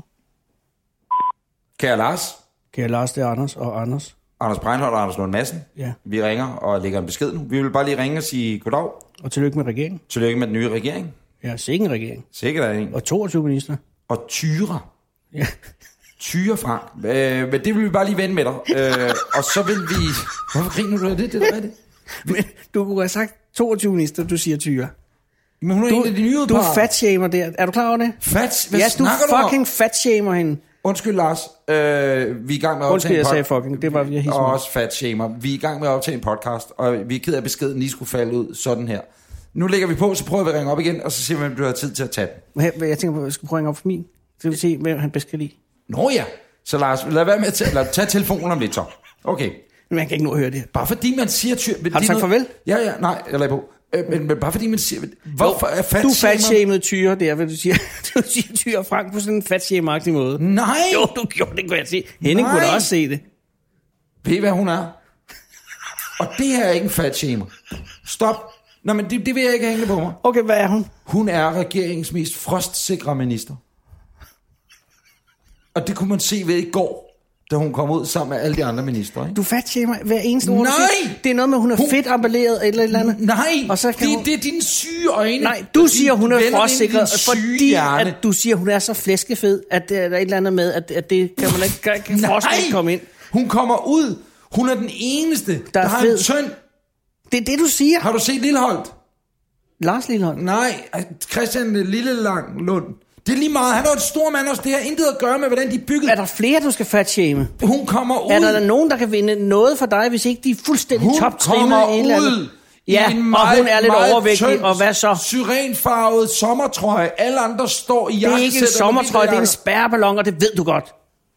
Kære Lars. Kære Lars, det er Anders og Anders. Anders Breinholt og Anders Lund Madsen. Ja. Vi ringer og lægger en besked nu. Vi vil bare lige ringe og sige goddag. Og tillykke med regeringen. Tillykke med den nye regering. Ja, sikkert regering. Sikkert er en. Og 22 minister. Og Tyre. Ja. Tyre Frank. Men det vil vi bare lige vende med dig. Og så vil vi... Hvorfor griner du af det? Det er det. Men du kunne have sagt 22 minister, du siger Tyre. Men hun er en af de nye udpar. Du fatshamer der. Er du klar over det? Hvad snakker du fucking fatshamer hende. Undskyld, Lars. Vi er i gang med at optage jeg sagde fucking. Det var jeg hisser. Og også fatshamer. Vi er i gang med at optage en podcast, og vi er ked af beskeden lige skulle falde ud sådan her. Nu lægger vi på, så prøver vi at ringe op igen, og så ser vi, om du har tid til at tage den. Jeg tænker på, at jeg skal prøve at ringe op for min. Så vi se, hvem han bedst kan lide. Nå ja. Så Lars, lad være med at tage telefonen om lidt så. Okay. Men man kan ikke nå at høre det. Bare fordi man siger Tyre... Har du sagt farvel? Ja, nej, jeg lader på. Men bare fordi man siger... Hvorfor er fatshamer... Du fatshamede Tyre der, hvad du siger. Du siger Tyre Frank på sådan en fatshameagtig måde. Nej! Jo, du gjorde det, kunne jeg se. Henning kunne da også se det. Ved I, hvad hun er? Og det her er ikke en fatshamer. Stop. Nå, men det vil jeg ikke hænge på mig. Okay, hvad er hun? Hun er regeringens mest frostsikre minister. Og det kunne man se ved i går, da hun kom ud sammen med alle de andre ministre. Ikke? Du fatshamer hver eneste ord. Nej! Det er noget med, hun er fedt emballeret eller et eller andet. Nej, og så kan det er dine syge øjne. Nej, du siger, hun er frostsikret, fordi at du siger, hun er så flæskefed, at der er et eller andet med, at det kan man ikke kan frosten ikke komme ind. Hun kommer ud. Hun er den eneste, der har en tynd. Det er det, du siger. Har du set Lilleholdt? Lars Lilleholdt? Nej, Christian Lillelang Lund. Det er lige meget. Han er en stor mand også. Det har intet at gøre med, hvordan de er bygget. Er der flere, du skal fatshame? Hun kommer ud. Er der nogen, der kan vinde noget for dig, hvis ikke de er fuldstændig top-trimmet? Hun kommer ud. Ja, og hun er lidt overvægtig, og hvad så? Syrenfarvet sommertrøje. Alle andre står i jakkesæt. Det er ikke en sommertrøje, det er en spærreballon, og det ved du godt.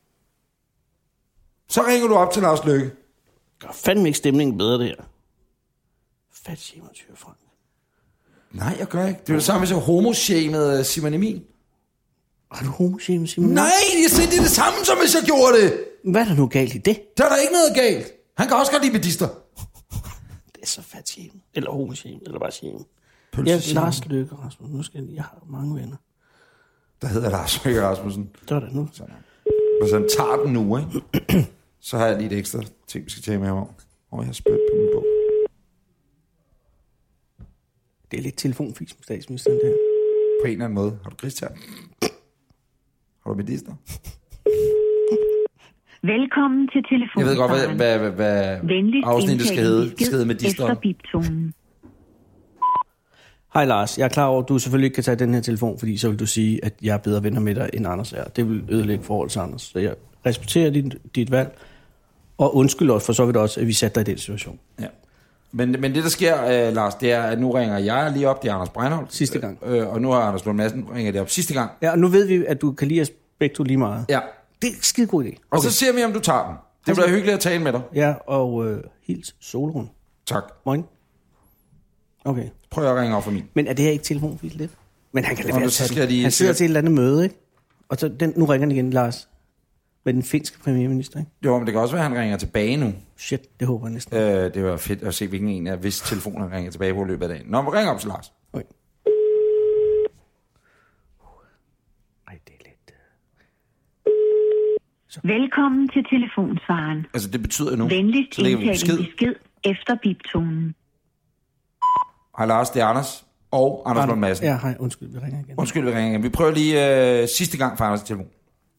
Så ringer du op til Lars Løkke. Gør fandme ikke stemningen bedre, det her. Fatshame Tyre Frank. Nej, jeg gør ikke. Det er det samme, hvis jeg homoshamede Simon Emil. Har du homoshamed Simon? Nej, jeg siger, det er det samme, som hvis jeg gjorde det. Hvad er der nu galt i det? Der er der ikke noget galt. Han kan også godt lide medister. Det er så fatshame. Eller homoshamed, eller bare shame. Lars Løkke Rasmussen. Nu skal jeg har mange venner. Der hedder Lars Løkke Rasmussen. Det er det nu. Hvis han tager den nu, ikke? Så har jeg lige et ekstra ting, vi skal tage med ham om. Og jeg har spyttet på min bog. Det er lidt telefonfis med statsministeren, det her. På en eller anden måde. Har du gristær? Har du medister? Velkommen til telefonsvaren. Jeg ved godt, hvad afsnittet skal hedde medister. Efter biptonen. Hej Lars, jeg er klar over, at du selvfølgelig ikke kan tage den her telefon, fordi så vil du sige, at jeg er bedre venner med dig, end Anders er. Det vil ødelægge forholdet til Anders. Så jeg respekterer dit valg, og undskyld også for så vidt også, at vi satte dig i den situation. Ja. Men det, der sker, Lars, det er, at nu ringer jeg lige op, det er Anders Breinholt. Sidste gang. Og nu har Anders Lund Madsen ringet det op sidste gang. Ja, og nu ved vi, at du kan lide os begge to lige meget. Ja. Det er en skide god idé. Okay. Og så ser vi, om du tager den. Det bliver hyggeligt at tale med dig. Ja, og hils Solrun. Tak. Moin. Okay. Prøv at ringe op for min. Men er det her ikke telefonfil lidt? Men han kan lade være at tage den. Han sidder til et eller andet møde, ikke? Og så nu ringer han igen, Lars. Med den finske premierminister, ikke? Jo, men det kan også være, at han ringer tilbage nu. Shit, det håber jeg næsten. Det var fedt at se, hvilken en af hvis telefonen ringer tilbage på løbet af dagen. Nå, men ring op til Lars. Okay. Ej, det er lidt... Så. Velkommen til telefonsvaren. Altså, det betyder nu. Venligst indtale en besked efter biptonen. Hej Lars, det er Anders. Og Anders Lund Madsen. Ja, hej. Undskyld, vi ringer igen. Undskyld, vi ringer igen. Vi prøver lige sidste gang for Anders' telefon.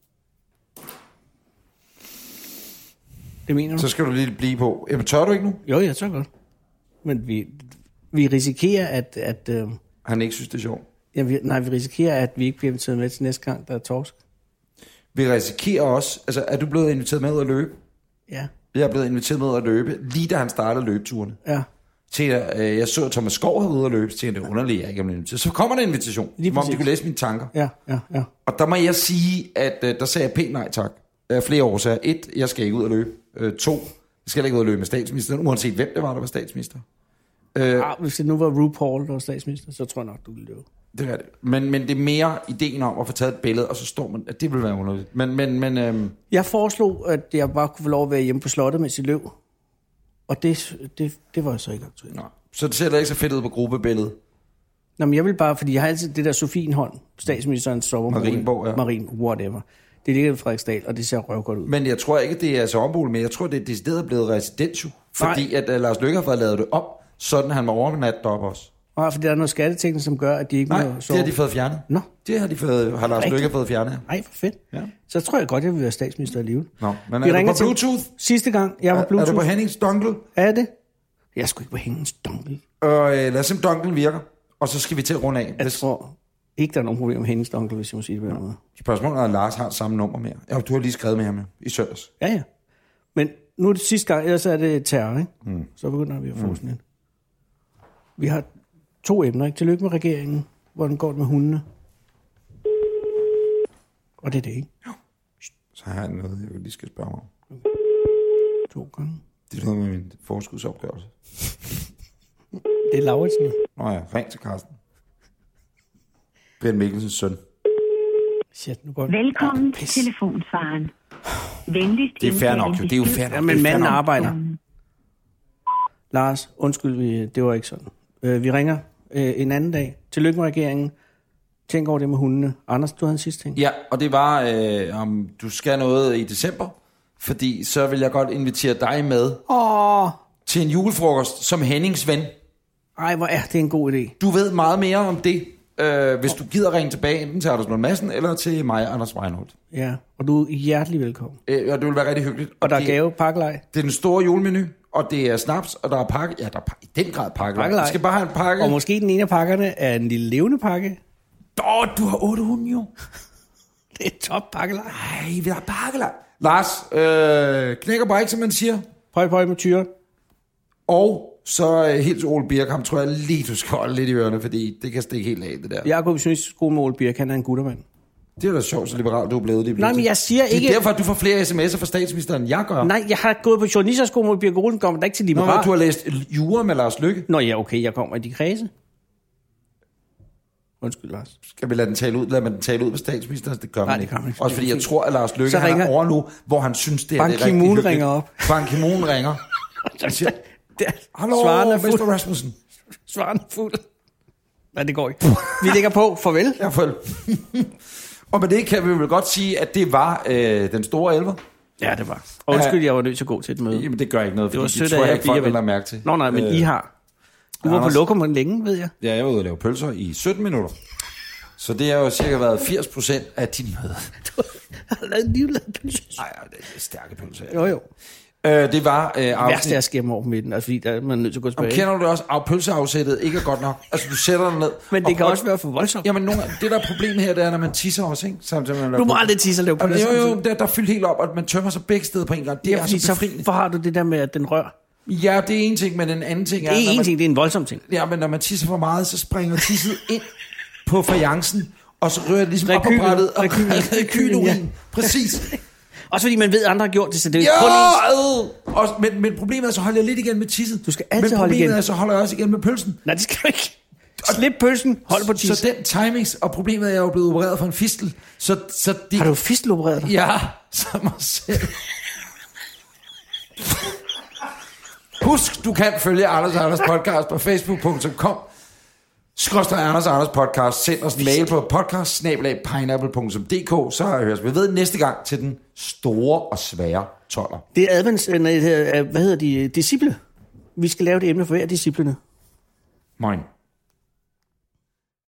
Det mener du? Så skal du lige blive på. Jamen, tør du ikke nu? Jo, jeg tør godt. Men vi risikerer, at han ikke synes, det er sjovt. Ja, vi risikerer, at vi ikke bliver inviteret med til næste gang, der er torsk. Vi risikerer også... Altså, er du blevet inviteret med ud at løbe? Ja. Jeg er blevet inviteret med ud at løbe, lige da han startede løbeturene. Ja. Jeg så Thomas Skov herude at løbe, så tænkte jeg, det er underligt, jeg ikke er blevet inviteret. Så kommer der en invitation, som om de kunne læse mine tanker. Ja. Og der må jeg sige, at der sagde jeg pænt nej tak. Flere årsager. 1, jeg skal ikke ud at løbe. 2, jeg skal ikke ud at løbe med statsministeren, uanset hvem det var, der var statsminister. Hvis det nu var RuPaul, der var statsminister, så tror jeg nok, du ville løbe. Det er det. Men det er mere ideen om at få taget et billede, og så står man, at det vil være underligt. Men jeg foreslog, at jeg bare kunne få lov at være hjemme på slottet, mens jeg løb. Og det var så ikke aktuelt. Nå. Så det ser da ikke så fedt ud på gruppebilledet. Nå, men jeg vil bare, fordi jeg har altid det der Sofienholm, statsministerens sommerbolig. Marienborg, ja. Marien, whatever. Det ligger i Frederiksdal, og det ser røvgodt ud. Men jeg tror ikke, det er sommerbolig, men jeg tror, det er decideret blevet residens jo. Fordi at Lars Løkke har fået lavet det op, sådan han må overnat deroppe også. Nej, fordi der er noget skatteteknik, som gør, at de ikke må sove. Nej, det har de fået fjernet. Nå. Det har Lars Løkke fået fjernet. Ej, for fedt. Ja. Så tror jeg godt, jeg vil være statsminister alligevel. Nå, men er du på Bluetooth? Sidste gang, jeg var på Bluetooth. Er du på Hennings dongle? Er det? Jeg skulle ikke på Hennings dongle. Lad os se, om donglen virker. Og så skal vi til at runde af. Jeg tror ikke, der er nogen problem med Hennings dongle, hvis jeg må sige det på den måde. Spørgsmålet er, at Lars har samme nummer mere. Ja, du har lige skrevet med ham i søndags. Ja. Men nu er det sidste gang, ellers er det terror, ikke? Så begynder vi at få sådan en. Vi har 2 emner, ikke? Tillykke med regeringen. Hvordan går det med hundene? Og det er det, ikke? Jo. Så har jeg noget, jeg lige skal spørge mig om. 2 gange. Det er noget med min forskudsopgørelse. Det er Lauritsen. Nå ja, ring til Carsten. Brian Mikkelsens søn. Shit, nu går det. Velkommen til telefonsvaren. Venligst det er fair nok, jo. Det er jo fair nok. Ja, men manden arbejder. Lars, undskyld, det var ikke sådan. Vi ringer en anden dag. Tillykke med regeringen. Tænk over det med hundene. Anders, du havde en sidste ting. Ja, og det var, om du skal noget i december. Fordi så vil jeg godt invitere dig med til en julefrokost som Hennings ven. Ej, hvor er det en god idé. Du ved meget mere om det, hvis du gider ringe tilbage, enten til Anders Lund Madsen eller til mig, Anders Breinholt. Ja, og du er hjertelig velkommen. Og det vil være rigtig hyggeligt. Og der er gave, pakkelej. Det er den store julemenu, og det er snaps, og der er pakke. Ja, der er i den grad pakkelej. Du skal bare have en pakke. Og måske den ene af pakkerne er en lille levende pakke. Du har 8 hunde jo. Det er top pakkelej. Ej, vi har pakkelej. Lars, knækker bare ikke, som man siger. Pøj med tyre. Og så helt Ole Birk, ham tror jeg lige, du skal holde lidt i ørerne, fordi det kan stikke helt af, det der. Jeg er gået i skole med Ole Birk, han er en guttermand. Det er da sjovt, så liberalt du er blevet. Nej, men jeg siger ikke... Det er derfor, at du får flere sms'er fra statsministeren, jeg gør. Nej, jeg har gået på journalisterskole med Ole Birk Olesen, kommer der ikke til liberalt. Nå, du har læst jura med Lars Løkke. Nå ja, okay, jeg kommer i de kredse. Undskyld, Lars. Skal vi lade den tale ud? Lad man den tale ud med statsministeren? Det gør man ikke. Kan man ikke. Også fordi jeg tror, at Lars Løkke han er over nu, hvor han synes, det er det rigtige. Ban Ki-moon ringer op. Ban Ki-moon ringer. Hallo, Mr. Rasmussen. Svaren er fuld. Nej, det går ikke. Vi lægger på. Farvel. Ja, farvel. Og med det kan vi vel godt sige, at det var den store elver. Ja, det var. Og undskyld, jeg var nødt til at gå til et møde. Jamen, det gør ikke noget, fordi det tror jeg ikke, folk vil have mærke til. Nå, nej, men I har. Du var på lokum længe, ved jeg. Ja, jeg var ude at lave pølser i 17 minutter. Så det har jo cirka været 80% af din møde. Du har lavet pølser. Nej, det er stærke pølser. Jo. Det var værste er at skæmme over midten, altså fordi der er man nødt til at gå tilbage. Kender du det også? Pølseafsættet ikke er godt nok. Altså, du sætter den ned. Men det kan også være for voldsomt. Jamen, det der er problemet her, det er, når man tisser også, ikke? Samtidig, du må aldrig tisse og lave pølser. Jo, der er fyldt helt op, og man tømmer sig begge steder på en gang. Det er så befriende. Så har du det der med, at den rør. Ja, det er en ting, men en anden ting er... Det er en ting, det er en voldsom ting. Ja, men når man tisser for meget, så springer tisset ind på fajancen, og så rører det ligesom op på brættet, og rekylurin. Ja. Præcis. Også fordi man ved, at andre har gjort det, så det er kun ens. Men problemet er, så holder jeg lidt igen med tisset. Du skal altid holde igen. Men problemet er, så holder jeg også igen med pølsen. Nej, det skal du ikke. Slip pølsen, hold på tisset. Så den timings, og problemet er, at jeg er jo blevet opereret for en fistel. Så de... Har du fistelopereret dig? Ja, så mig selv. Husk, du kan følge Anders podcast på facebook.com. Anders podcast. Send os en mail på podcast@pineapple.dk. Så høres vi ved næste gang til den store og svære toller. Det er hvad hedder de? Disciple. Vi skal lave det emne for hver disciplene. Moin.